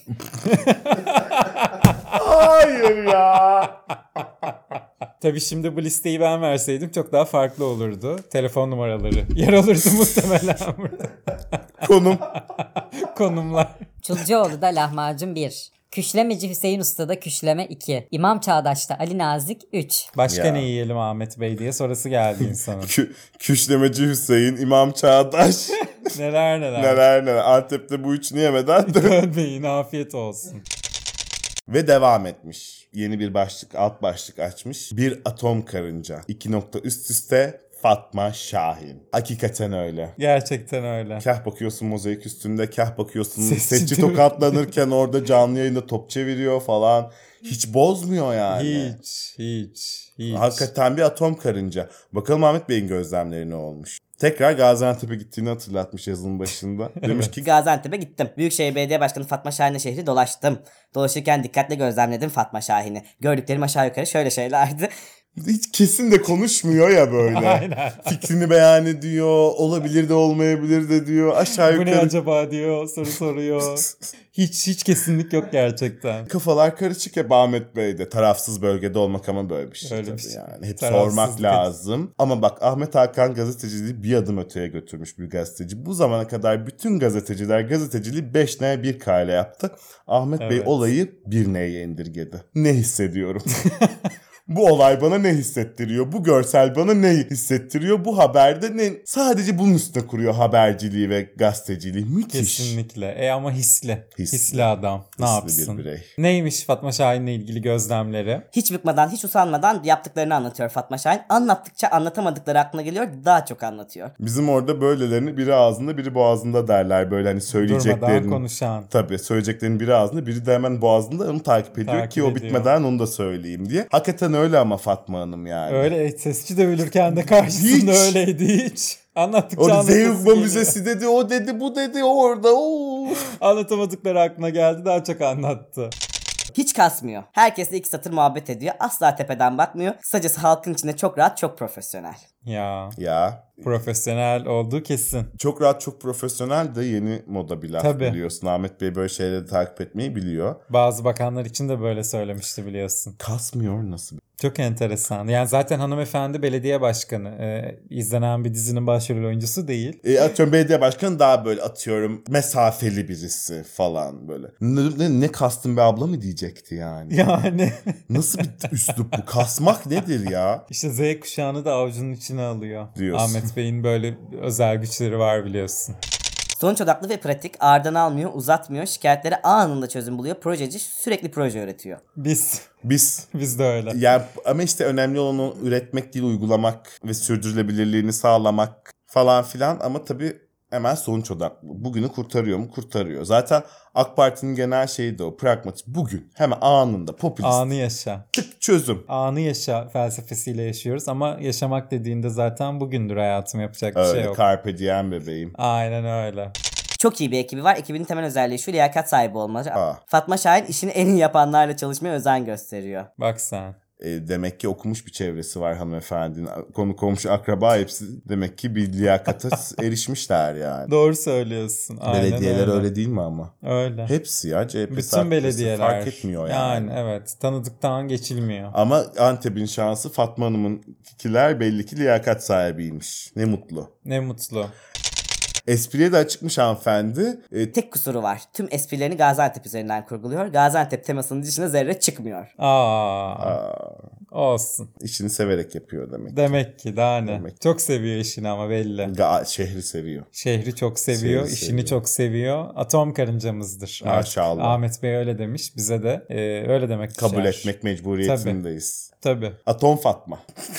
Hayır ya. Tabii şimdi bu listeyi ben verseydim çok daha farklı olurdu. Telefon numaraları yer alırdı muhtemelen burada. Konum. Konumlar. Çulcuoğlu'da lahmacun bir. Küşlemeci Hüseyin Usta'da küşleme iki. İmam Çağdaş'ta Ali Nazik üç. Başka Ya. ne yiyelim Ahmet Bey diye sonrası geldi insanın. Kü- Küşlemeci Hüseyin, İmam Çağdaş. neler neler. neler neler. Antep'te bu üçünü yemeden dön. Dönmeyin, afiyet olsun. Ve devam etmiş. Yeni bir başlık, alt başlık açmış. Bir atom karınca. İki nokta üst üste Fatma Şahin. Hakikaten öyle. Gerçekten öyle. Kah bakıyorsun mozaik üstünde, kah bakıyorsun Sesçi sesçi değil mi? tokatlanırken orada canlı yayında top çeviriyor falan. Hiç bozmuyor yani. Hiç, hiç, hiç. Hakikaten bir atom karınca. Bakalım Ahmet Bey'in gözlemleri ne olmuş? Tekrar Gaziantep'e gittiğini hatırlatmış yazının başında. Demiş ki Gaziantep'e gittim. Büyükşehir Belediye Başkanı Fatma Şahin'le şehri dolaştım. Dolaşırken dikkatle gözlemledim Fatma Şahin'i. Gördüklerim aşağı yukarı şöyle şeylerdi. hiç kesin de konuşmuyor ya böyle. Aynen. Fikrini beyan ediyor. Olabilir de olmayabilir de diyor. Aşağı Bu ne yukarı. acaba diyor, soru soruyor. Hiç hiç kesinlik yok gerçekten. Kafalar karışık hep Ahmet Bey'de. Tarafsız bölgede olmak ama böyle bir şey Öyle bir tabii şey. yani. Hep Tarafsızlık. sormak lazım. Ama bak Ahmet Hakan gazeteciliği bir adım öteye götürmüş bir gazeteci. Bu zamana kadar bütün gazeteciler gazeteciliği beş N bir K ile yaptı. Ahmet Bey Evet. olayı bir N'ye indirgedi. Ne hissediyorum? Bu olay bana ne hissettiriyor? Bu görsel bana ne hissettiriyor? Bu haberde ne? Sadece bunun üstüne kuruyor haberciliği ve gazeteciliği. Müthiş. Kesinlikle. E ama hisli. Hisli, Hisli. adam. Ne Hisli yapsın? bir birey. Neymiş Fatma Şahin'le ilgili gözlemleri? Hiç bıkmadan, hiç usanmadan yaptıklarını anlatıyor Fatma Şahin. Anlattıkça anlatamadıkları aklına geliyor, daha çok anlatıyor. Bizim orada böylelerini biri ağzında biri boğazında derler. Böyle hani söyleyeceklerini. Durmadan konuşan. Tabii söyleyeceklerin biri ağzında biri de hemen boğazında onu takip ediyor Takip ki o ediyor. bitmeden onu da söyleyeyim diye. Hakikaten öyle ama Fatma Hanım yani. Öyle sesçi dövülürken de karşısında Hiç. öyleydi hiç. Anlattıkça Orada anlatası Zeynep geliyor. Müzesi dedi, o dedi, bu dedi, orada. Oo. Anlatamadıkları aklına geldi, daha çok anlattı. Hiç kasmıyor. Herkesle iki satır muhabbet ediyor. Asla tepeden bakmıyor. Kısacası halkın içinde çok rahat, çok profesyonel. Ya Ya profesyonel olduğu kesin. çok rahat, çok profesyonel de yeni moda bir laf Tabii. biliyorsun. Ahmet Bey böyle şeyleri takip etmeyi biliyor. Bazı bakanlar için de böyle söylemişti biliyorsun. Kasmıyor nasıl? Çok enteresan. Yani zaten hanımefendi belediye başkanı. Ee, izlenen bir dizinin başrol oyuncusu değil. E, atıyorum belediye başkanı daha böyle atıyorum mesafeli birisi falan böyle. Ne, ne, ne kastın be abla mı diyecekti yani. Yani Nasıl bir üslup bu? Kasmak nedir ya? işte Z kuşağını da avucunun içine alıyor. Diyorsun. Ahmet Bey'in böyle özel güçleri var biliyorsun. Sonuç odaklı ve pratik, ardından almıyor, uzatmıyor, şikayetlere anında çözüm buluyor. Projeci, sürekli proje üretiyor. Biz, Biz biz de öyle. yani ama işte önemli olan onu üretmek değil, uygulamak ve sürdürülebilirliğini sağlamak falan filan ama tabii hemen sonuç odaklı. Bugünü kurtarıyor mu? Kurtarıyor. Zaten AK Parti'nin genel şeyi de o. Pragmatik. Bugün hemen anında popülist. Anı yaşa. Tık çözüm. Anı yaşa felsefesiyle yaşıyoruz ama yaşamak dediğinde zaten bugündür hayatım, yapacak bir şey Öyle yok. carpe diem bebeğim. Aynen öyle. Çok iyi bir ekibi var. Ekibinin temel özelliği şu: liyakat sahibi olmaları. Aa. Fatma Şahin işini en iyi yapanlarla çalışmaya özen gösteriyor. Bak sen. E, demek ki okumuş bir çevresi var hanımefendinin. Konu komşu akraba hepsi demek ki bir liyakata erişmişler yani. Doğru söylüyorsun. Aynen Belediyeler öyle. öyle değil mi ama? Öyle. Hepsi ya C H P Bütün belediyeler. fark etmiyor yani. Yani evet, tanıdıktan geçilmiyor. Ama Antep'in şansı Fatma Hanım'ınkiler belli ki liyakat sahibiymiş. Ne mutlu. Ne mutlu. Espriye de açıkmış hanımefendi. E, Tek kusuru var: tüm esprilerini Gaziantep üzerinden kurguluyor. Gaziantep temasının dışına zerre çıkmıyor. Aa, aa, olsun. işini severek yapıyor demek. Demek ki daha ne. Demek. Çok seviyor işini ama belli. Ga- şehri seviyor. Şehri çok seviyor, Şehri işini seviyor. çok seviyor. Atom karıncamızdır. artık. Maşallah. Ahmet Bey öyle demiş. Bize de e, öyle demek Kabul düşer. etmek mecburiyetindeyiz. Tabii. Atom Fatma.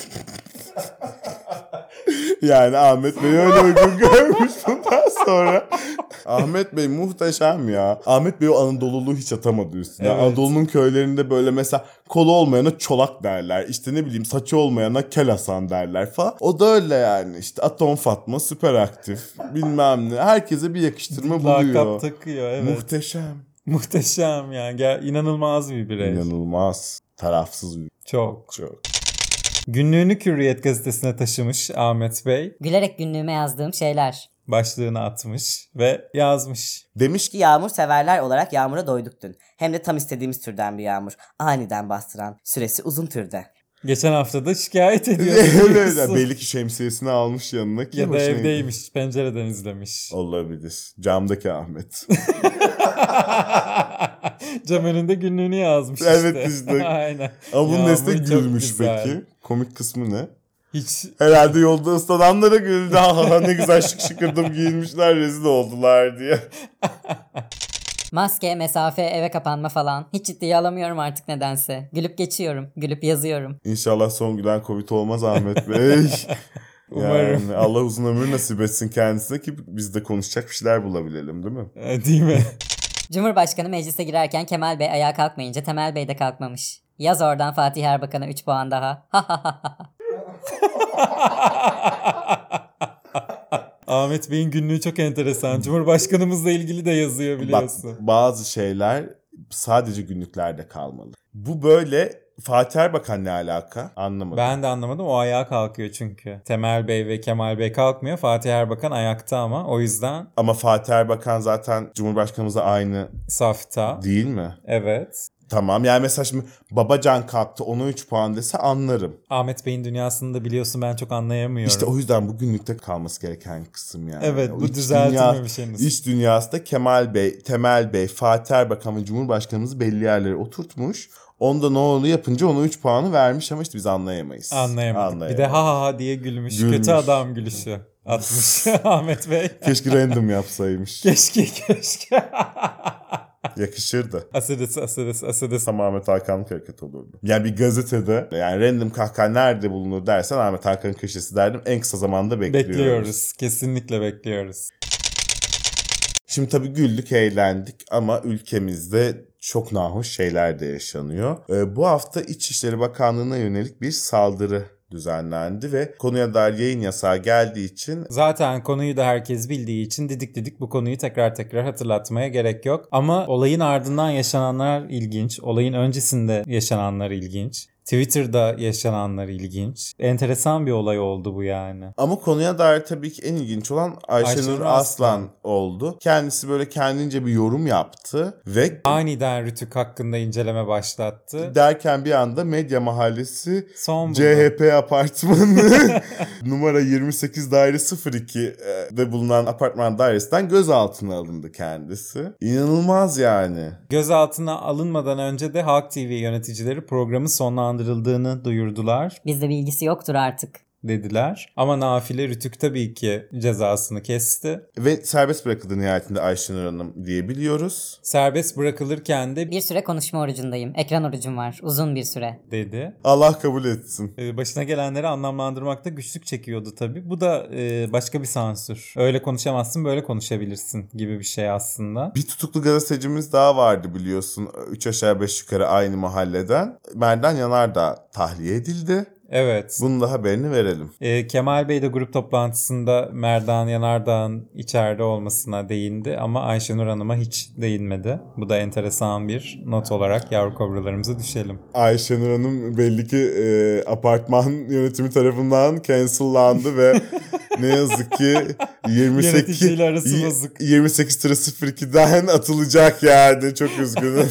Yani Ahmet Bey öyle uygun görmüş bundan sonra. Ahmet Bey muhteşem ya. Ahmet Bey o Anadoluluğu hiç atamadı üstüne. Evet. Anadolu'nun köylerinde böyle mesela kolu olmayana çolak derler. İşte ne bileyim saçı olmayana kel Hasan derler falan. O da öyle yani. İşte Atom Fatma süper aktif bilmem ne. Herkese bir yakıştırma buluyor. Lakap takıyor, evet. Muhteşem. Muhteşem yani. Gel, inanılmaz bir birey. İnanılmaz. Tarafsız bir Çok. çok. Günlüğünü Hürriyet gazetesine taşımış Ahmet Bey. Gülerek günlüğüme yazdığım şeyler. Başlığını atmış ve yazmış. Demiş ki Ki yağmur severler olarak yağmura doyduk dün. Hem de tam istediğimiz türden bir yağmur. Aniden bastıran, süresi uzun türde. Geçen hafta da şikayet ediyor. evet, biliyorsun. belli ki şemsiyesini almış yanına ki Ya da hoşuna gitti. evdeymiş, pencereden izlemiş. Olabilir. Camdaki Ahmet. Cam önünde günlüğünü yazmış işte. Evet işte. Aynen. Ama bunun Yağmur nesne çok gülmüş güzel. peki. Komik kısmı ne? Hiç Herhalde yolda ıslananlara güldü. Ha ne güzel şık şıkırdım giyinmişler rezil oldular diye. Maske, mesafe, eve kapanma falan. Hiç ciddiye alamıyorum artık nedense. Gülüp geçiyorum. Gülüp yazıyorum. İnşallah son gülen Covid olmaz Ahmet Bey. Umarım. Yani Allah uzun ömür nasip etsin kendisine ki biz de konuşacak bir şeyler bulabilelim değil mi? e, değil mi? Cumhurbaşkanı meclise girerken Kemal Bey ayağa kalkmayınca Temel Bey de kalkmamış. Yaz oradan Fatih Erbakan'a üç puan daha. Ahmet Bey'in günlüğü çok enteresan. Cumhurbaşkanımızla ilgili de yazıyor biliyorsun. Bak bazı şeyler sadece günlüklerde kalmalı. Bu böyle Fatih Erbakan ne alaka? Anlamadım. Ben de anlamadım. O ayağa kalkıyor çünkü. Temel Bey ve Kemal Bey kalkmıyor. Fatih Erbakan ayakta ama. O yüzden Ama Fatih Erbakan zaten Cumhurbaşkanımızla aynı safta. değil mi? Evet. Tamam yani mesela şimdi Babacan kalktı ona üç puan dese anlarım. Ahmet Bey'in dünyasını da biliyorsun ben çok anlayamıyorum. İşte o yüzden bu günlükte kalması gereken kısım yani. Evet, O bu iç düzeltilmemiş dünya- henüz. İç dünyasında Kemal Bey, Temel Bey, Fatih Erbakan ve Cumhurbaşkanımızı belli yerlere oturtmuş. Onda ne onu yapınca ona üç puanı vermiş ama işte biz anlayamayız. Anlayamadık. Bir de ha ha ha diye gülmüş. Gülmüş. Kötü adam gülüşü atmış Ahmet Bey. Keşke random yapsaymış. Keşke keşke. Yakışırdı. Asıdıs asıdıs asıdıs. Tam Ahmet Hakan'lık hareket olurdu. Yani bir gazetede yani random kahkaha nerede bulunur dersen Ahmet Hakan'ın köşesi derdim. En kısa zamanda bekliyoruz. Bekliyoruz. Kesinlikle bekliyoruz. Şimdi tabii güldük, eğlendik ama ülkemizde çok nahoş şeyler de yaşanıyor. Ee, bu hafta İçişleri Bakanlığı'na yönelik bir saldırı düzenlendi ve konuya dair yayın yasağı geldiği için Zaten konuyu da herkes bildiği için didik didik bu konuyu tekrar tekrar hatırlatmaya gerek yok. Ama olayın ardından yaşananlar ilginç. Olayın öncesinde yaşananlar ilginç. Twitter'da yaşananlar ilginç. Enteresan bir olay oldu bu yani. ama konuya dair tabii ki en ilginç olan Ayşenur Ayşenur Aslan Aslan oldu. Kendisi böyle kendince bir yorum yaptı ve Aniden Rütük hakkında inceleme başlattı. derken bir anda Medya Mahallesi Son buldu. C H P apartmanı numara yirmi sekiz daire sıfır iki de bulunan apartman dairesinden gözaltına alındı kendisi. İnanılmaz yani. Gözaltına alınmadan önce de Halk T V yöneticileri programı sonlandırıldığını duyurdular Bizde bilgisi yoktur artık. dediler. Ama Nafile Rütük tabii ki cezasını kesti. Ve serbest bırakıldı nihayetinde Ayşenur Hanım diyebiliyoruz. Serbest bırakılırken de Bir süre konuşma orucundayım. Ekran orucum var. Uzun bir süre. dedi. Allah kabul etsin. Ee, Başına gelenleri anlamlandırmakta güçlük çekiyordu tabii. Bu da e, başka bir sansür. Öyle konuşamazsın, böyle konuşabilirsin gibi bir şey aslında. Bir tutuklu gazetecimiz daha vardı biliyorsun. Üç aşağı beş yukarı aynı mahalleden. Merdan Yanardağ tahliye edildi. Evet. Bunun da haberini verelim. Ee, Kemal Bey de grup toplantısında Merdan Yanardağ'ın içeride olmasına değindi ama Ayşenur Hanım'a hiç değinmedi. Bu da enteresan bir not olarak yavru kobralarımıza düşelim. Ayşenur Hanım belli ki e, apartman yönetimi tarafından cancellandı ve ne yazık ki yirmi sekiz Yöneticiyle arası bozuk. yirmi sekiz sıfır ikiden atılacak yani. Çok üzgünüm.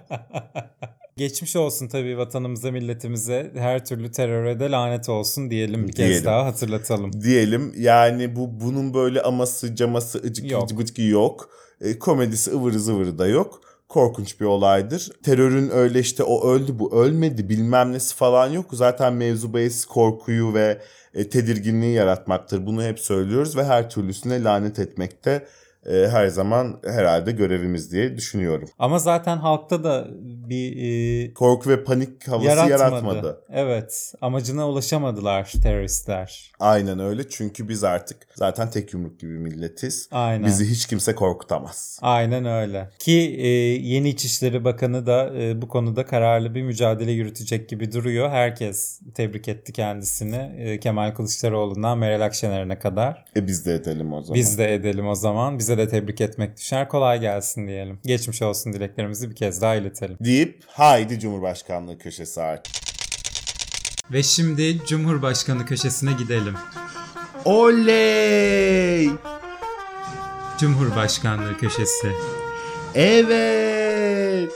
Geçmiş olsun tabii vatanımıza, milletimize, her türlü teröre de lanet olsun diyelim bir Diyelim. kez daha hatırlatalım. Diyelim yani bu bunun böyle aması caması ıcık Yok. ıcık bıcık yok. E, komedisi ıvırı zıvırı da yok. Korkunç bir olaydır. Terörün öyle işte o öldü bu ölmedi bilmem nesi falan yok. Zaten mevzu bahis korkuyu ve e, tedirginliği yaratmaktır. Bunu hep söylüyoruz ve her türlüsüne lanet etmekte e, her zaman herhalde görevimiz diye düşünüyorum. Ama zaten halkta da bir e, Korku ve panik havası yaratmadı. yaratmadı. Evet, amacına ulaşamadılar teröristler. Aynen öyle çünkü biz artık zaten tek yumruk gibi milletiz. Aynen. Bizi hiç kimse korkutamaz. Aynen öyle. Ki e, yeni İçişleri Bakanı da e, bu konuda kararlı bir mücadele yürütecek gibi duruyor. Herkes tebrik etti kendisini. E, Kemal Kılıçdaroğlu'ndan Meral Akşener'e kadar. E biz de edelim o zaman. Biz de edelim o zaman. Bize de tebrik etmek düşer. Kolay gelsin diyelim. Geçmiş olsun dileklerimizi bir kez daha iletelim. Deyip haydi Cumhurbaşkanlığı köşesi artık. Ve şimdi Cumhurbaşkanı köşesine gidelim. Oley! Cumhurbaşkanlığı köşesi. Evet!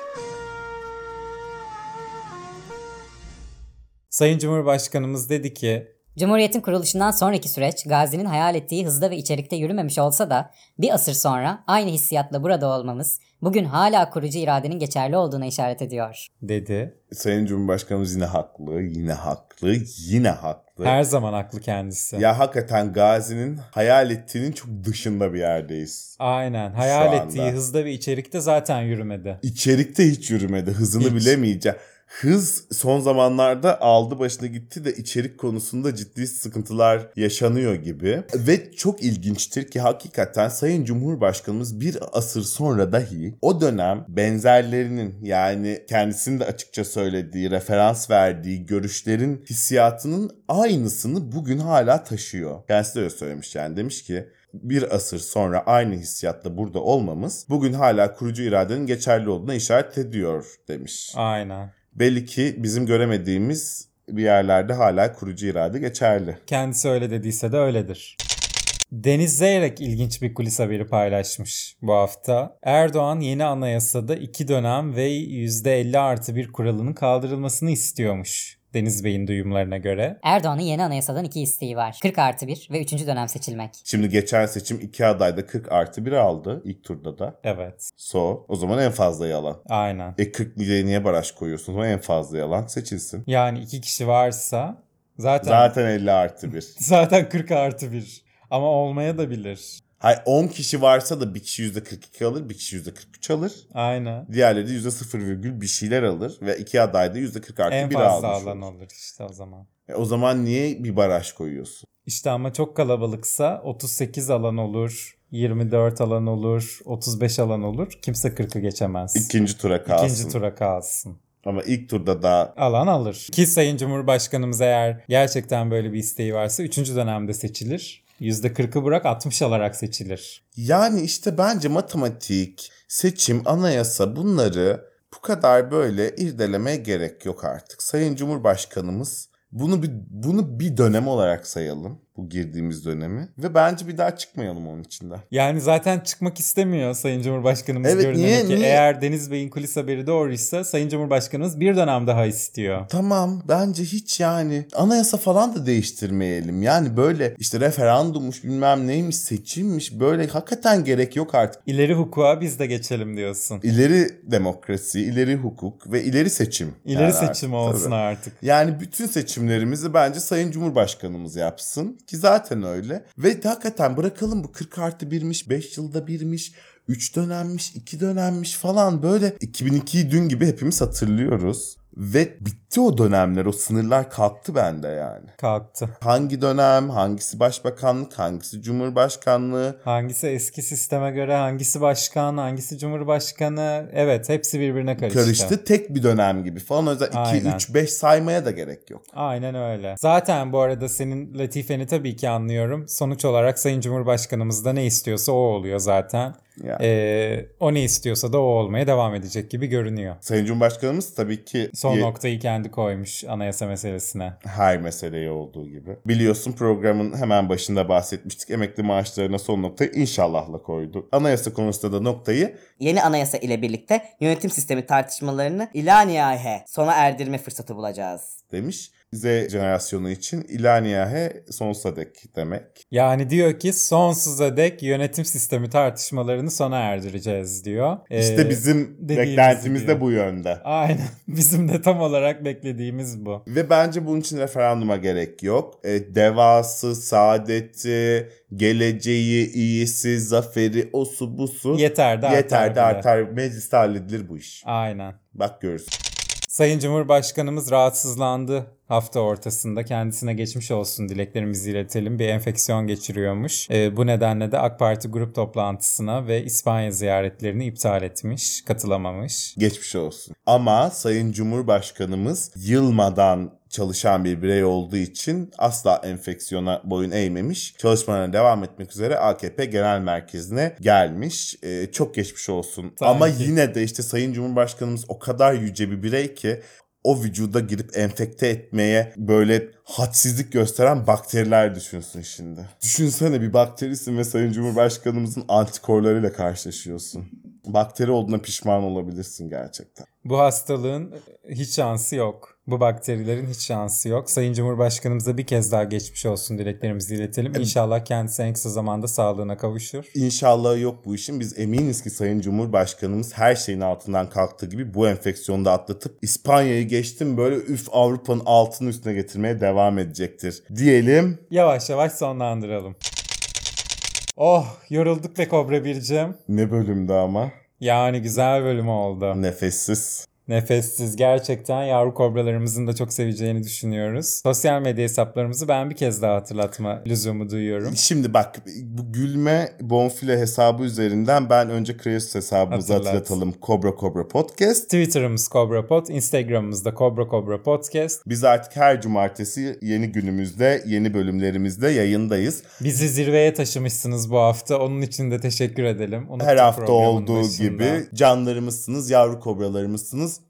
Sayın Cumhurbaşkanımız dedi ki Cumhuriyetin kuruluşundan sonraki süreç Gazi'nin hayal ettiği hızda ve içerikte yürümemiş olsa da bir asır sonra aynı hissiyatla burada olmamız bugün hala kurucu iradenin geçerli olduğuna işaret ediyor. dedi. Sayın Cumhurbaşkanımız yine haklı, yine haklı, yine haklı. Her zaman haklı kendisi. Ya hakikaten Gazi'nin hayal ettiğinin çok dışında bir yerdeyiz. Aynen. Hayal Şu ettiği anda. hızda ve içerikte zaten yürümedi. İçerikte hiç yürümedi. Hızını Hiç. bilemeyeceğim. Hız son zamanlarda aldı başını gitti de içerik konusunda ciddi sıkıntılar yaşanıyor gibi. Ve çok ilginçtir ki hakikaten Sayın Cumhurbaşkanımız bir asır sonra dahi o dönem benzerlerinin yani kendisinin de açıkça söylediği, referans verdiği görüşlerin hissiyatının aynısını bugün hala taşıyor. Kendisi de öyle söylemiş yani demiş ki bir asır sonra aynı hissiyatla burada olmamız bugün hala kurucu iradenin geçerli olduğuna işaret ediyor demiş. Aynen. Belli ki bizim göremediğimiz bir yerlerde hala kurucu irade geçerli. Kendisi öyle dediyse de öyledir. Deniz Zeyrek ilginç bir kulis haberi paylaşmış bu hafta. Erdoğan yeni anayasada iki dönem ve yüzde elli artı bir kuralının kaldırılmasını istiyormuş. Deniz Bey'in duyumlarına göre. Erdoğan'ın yeni anayasadan iki isteği var. kırk artı bir ve üçüncü dönem seçilmek. Şimdi geçen seçim iki aday da kırk artı bir aldı ilk turda da. Evet. So o zaman en fazla yalan. Aynen. E kırk milyon niye baraj koyuyorsun? O zaman en fazla yalan seçilsin. Yani iki kişi varsa zaten Zaten elli artı bir. zaten kırk artı bir. Ama olmaya da bilir. Hayır on kişi varsa da bir kişi yüzde kırk iki alır, bir kişi yüzde kırk üç alır. Aynen. Diğerleri de yüzde sıfır virgül bir şeyler alır ve iki aday da yüzde kırk artı En bir fazla almış alan olur. olur işte o zaman. E o zaman niye bir baraj koyuyorsun? İşte ama çok kalabalıksa otuz sekiz alan olur, yirmi dört alan olur, otuz beş alan olur. Kimse kırkı geçemez. İkinci tura kalsın. İkinci tura kalsın. Ama ilk turda da Alan alır. Ki Sayın Cumhurbaşkanımız eğer gerçekten böyle bir isteği varsa üçüncü dönemde seçilir. yüzde kırkı bırak altmış alarak seçilir. yani işte bence matematik, seçim, anayasa bunları bu kadar böyle irdelemeye gerek yok artık. Sayın Cumhurbaşkanımız bunu bir bunu bir dönem olarak sayalım. Bu girdiğimiz dönemi. Ve bence bir daha çıkmayalım onun içinden. Yani zaten çıkmak istemiyor Sayın Cumhurbaşkanımız Evet, görünen niye- ki. niye? Eğer Deniz Bey'in kulis haberi doğruysa Sayın Cumhurbaşkanımız bir dönem daha istiyor. Tamam bence hiç yani anayasa falan da değiştirmeyelim. Yani böyle işte referandummuş bilmem neymiş seçimmiş böyle hakikaten gerek yok artık. İleri hukuka biz de geçelim diyorsun. İleri demokrasi, ileri hukuk ve ileri seçim. İleri Yani seçim artık, olsun tabii. artık. Yani bütün seçimlerimizi bence Sayın Cumhurbaşkanımız yapsın. Ki zaten öyle. Ve hakikaten bırakalım bu kırk artı birmiş, beş yılda birmiş, üç dönemmiş, iki dönemmiş falan böyle. iki bin ikiyi dün gibi hepimiz hatırlıyoruz. Ve bitti o dönemler, o sınırlar kalktı bende yani. Kalktı. Hangi dönem, hangisi başbakanlık, hangisi cumhurbaşkanlığı. Hangisi eski sisteme göre, hangisi başkan, hangisi cumhurbaşkanı. Evet, hepsi birbirine karıştı. Karıştı. Tek bir dönem gibi falan. O yüzden iki, Aynen. üç, beş saymaya da gerek yok. Aynen öyle. Zaten bu arada senin latifeni tabii ki anlıyorum. Sonuç olarak Sayın Cumhurbaşkanımız da ne istiyorsa o oluyor zaten. Yani. Ee, o ne istiyorsa da o olmaya devam edecek gibi görünüyor. Sayın Cumhurbaşkanımız tabii ki Son ye- noktayı kendi koymuş anayasa meselesine. her meseleye olduğu gibi. Biliyorsun programın hemen başında bahsetmiştik. Emekli maaşlarına son noktayı inşallahla koydu. Anayasa konusunda da noktayı Yeni anayasa ile birlikte yönetim sistemi tartışmalarını ila nihai sona erdirme fırsatı bulacağız. demiş. Z jenerasyonu için ilaniyahe sonsuza dek demek. Yani diyor ki sonsuza dek yönetim sistemi tartışmalarını sona erdireceğiz diyor. Ee, İşte bizim dediğimiz beklentimiz diyor. de bu yönde. Aynen. Bizim de tam olarak beklediğimiz bu. Ve bence bunun için referanduma gerek yok. E, devası, saadeti, geleceği, iyisi, zaferi, osu busu. Yeter de artar. Yeter de bile. artar. Mecliste halledilir bu iş. Aynen. Bak görürsün. Sayın Cumhurbaşkanımız rahatsızlandı hafta ortasında. Kendisine geçmiş olsun dileklerimizi iletelim. Bir enfeksiyon geçiriyormuş. E, bu nedenle de AK Parti grup toplantısına ve İspanya ziyaretlerini iptal etmiş, katılamamış. Geçmiş olsun. Ama Sayın Cumhurbaşkanımız yılmadan çalışan bir birey olduğu için asla enfeksiyona boyun eğmemiş. Çalışmalarına devam etmek üzere A K P Genel Merkezi'ne gelmiş. Ee, çok geçmiş olsun. Sanki. Ama yine de işte Sayın Cumhurbaşkanımız o kadar yüce bir birey ki o vücuda girip enfekte etmeye böyle hadsizlik gösteren bakteriler düşünsün şimdi. Düşünsene bir bakterisin ve Sayın Cumhurbaşkanımızın antikorlarıyla karşılaşıyorsun. Bakteri olduğuna pişman olabilirsin gerçekten. Bu hastalığın hiç şansı yok. Bu bakterilerin hiç şansı yok. Sayın Cumhurbaşkanımıza bir kez daha geçmiş olsun dileklerimizi iletelim. İnşallah kendisi en kısa zamanda sağlığına kavuşur. İnşallah yok bu işin. Biz eminiz ki Sayın Cumhurbaşkanımız her şeyin altından kalktığı gibi bu enfeksiyonu da atlatıp İspanya'yı geçtim böyle üf Avrupa'nın altını üstüne getirmeye devam edecektir. Diyelim. Yavaş yavaş sonlandıralım. Oh, yorulduk be Kobra Bircim. Ne bölümdü ama? Yani güzel bölüm oldu. Nefessiz. Nefessiz, gerçekten yavru kobralarımızın da çok seveceğini düşünüyoruz. Sosyal medya hesaplarımızı ben bir kez daha hatırlatma lüzumu duyuyorum. Şimdi bak bu gülme bonfile hesabı üzerinden ben önce Kreasus hesabımızı Hatırlat. hatırlatalım. Kobra Kobra Podcast. Twitter'ımız KobraPod, Instagram'ımızda Kobra Kobra Podcast. Biz artık her cumartesi yeni günümüzde, yeni bölümlerimizde yayındayız. Bizi zirveye taşımışsınız bu hafta. Onun için de teşekkür edelim. Unuttuk Her hafta programın olduğu başında. gibi canlarımızsınız, yavru kobralarımızsınız.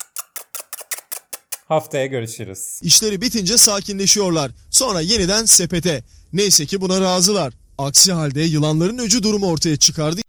Haftaya görüşürüz. İşleri bitince sakinleşiyorlar. Sonra yeniden sepete. Neyse ki buna razılar. Aksi halde yılanların öcü durumu ortaya çıkardı.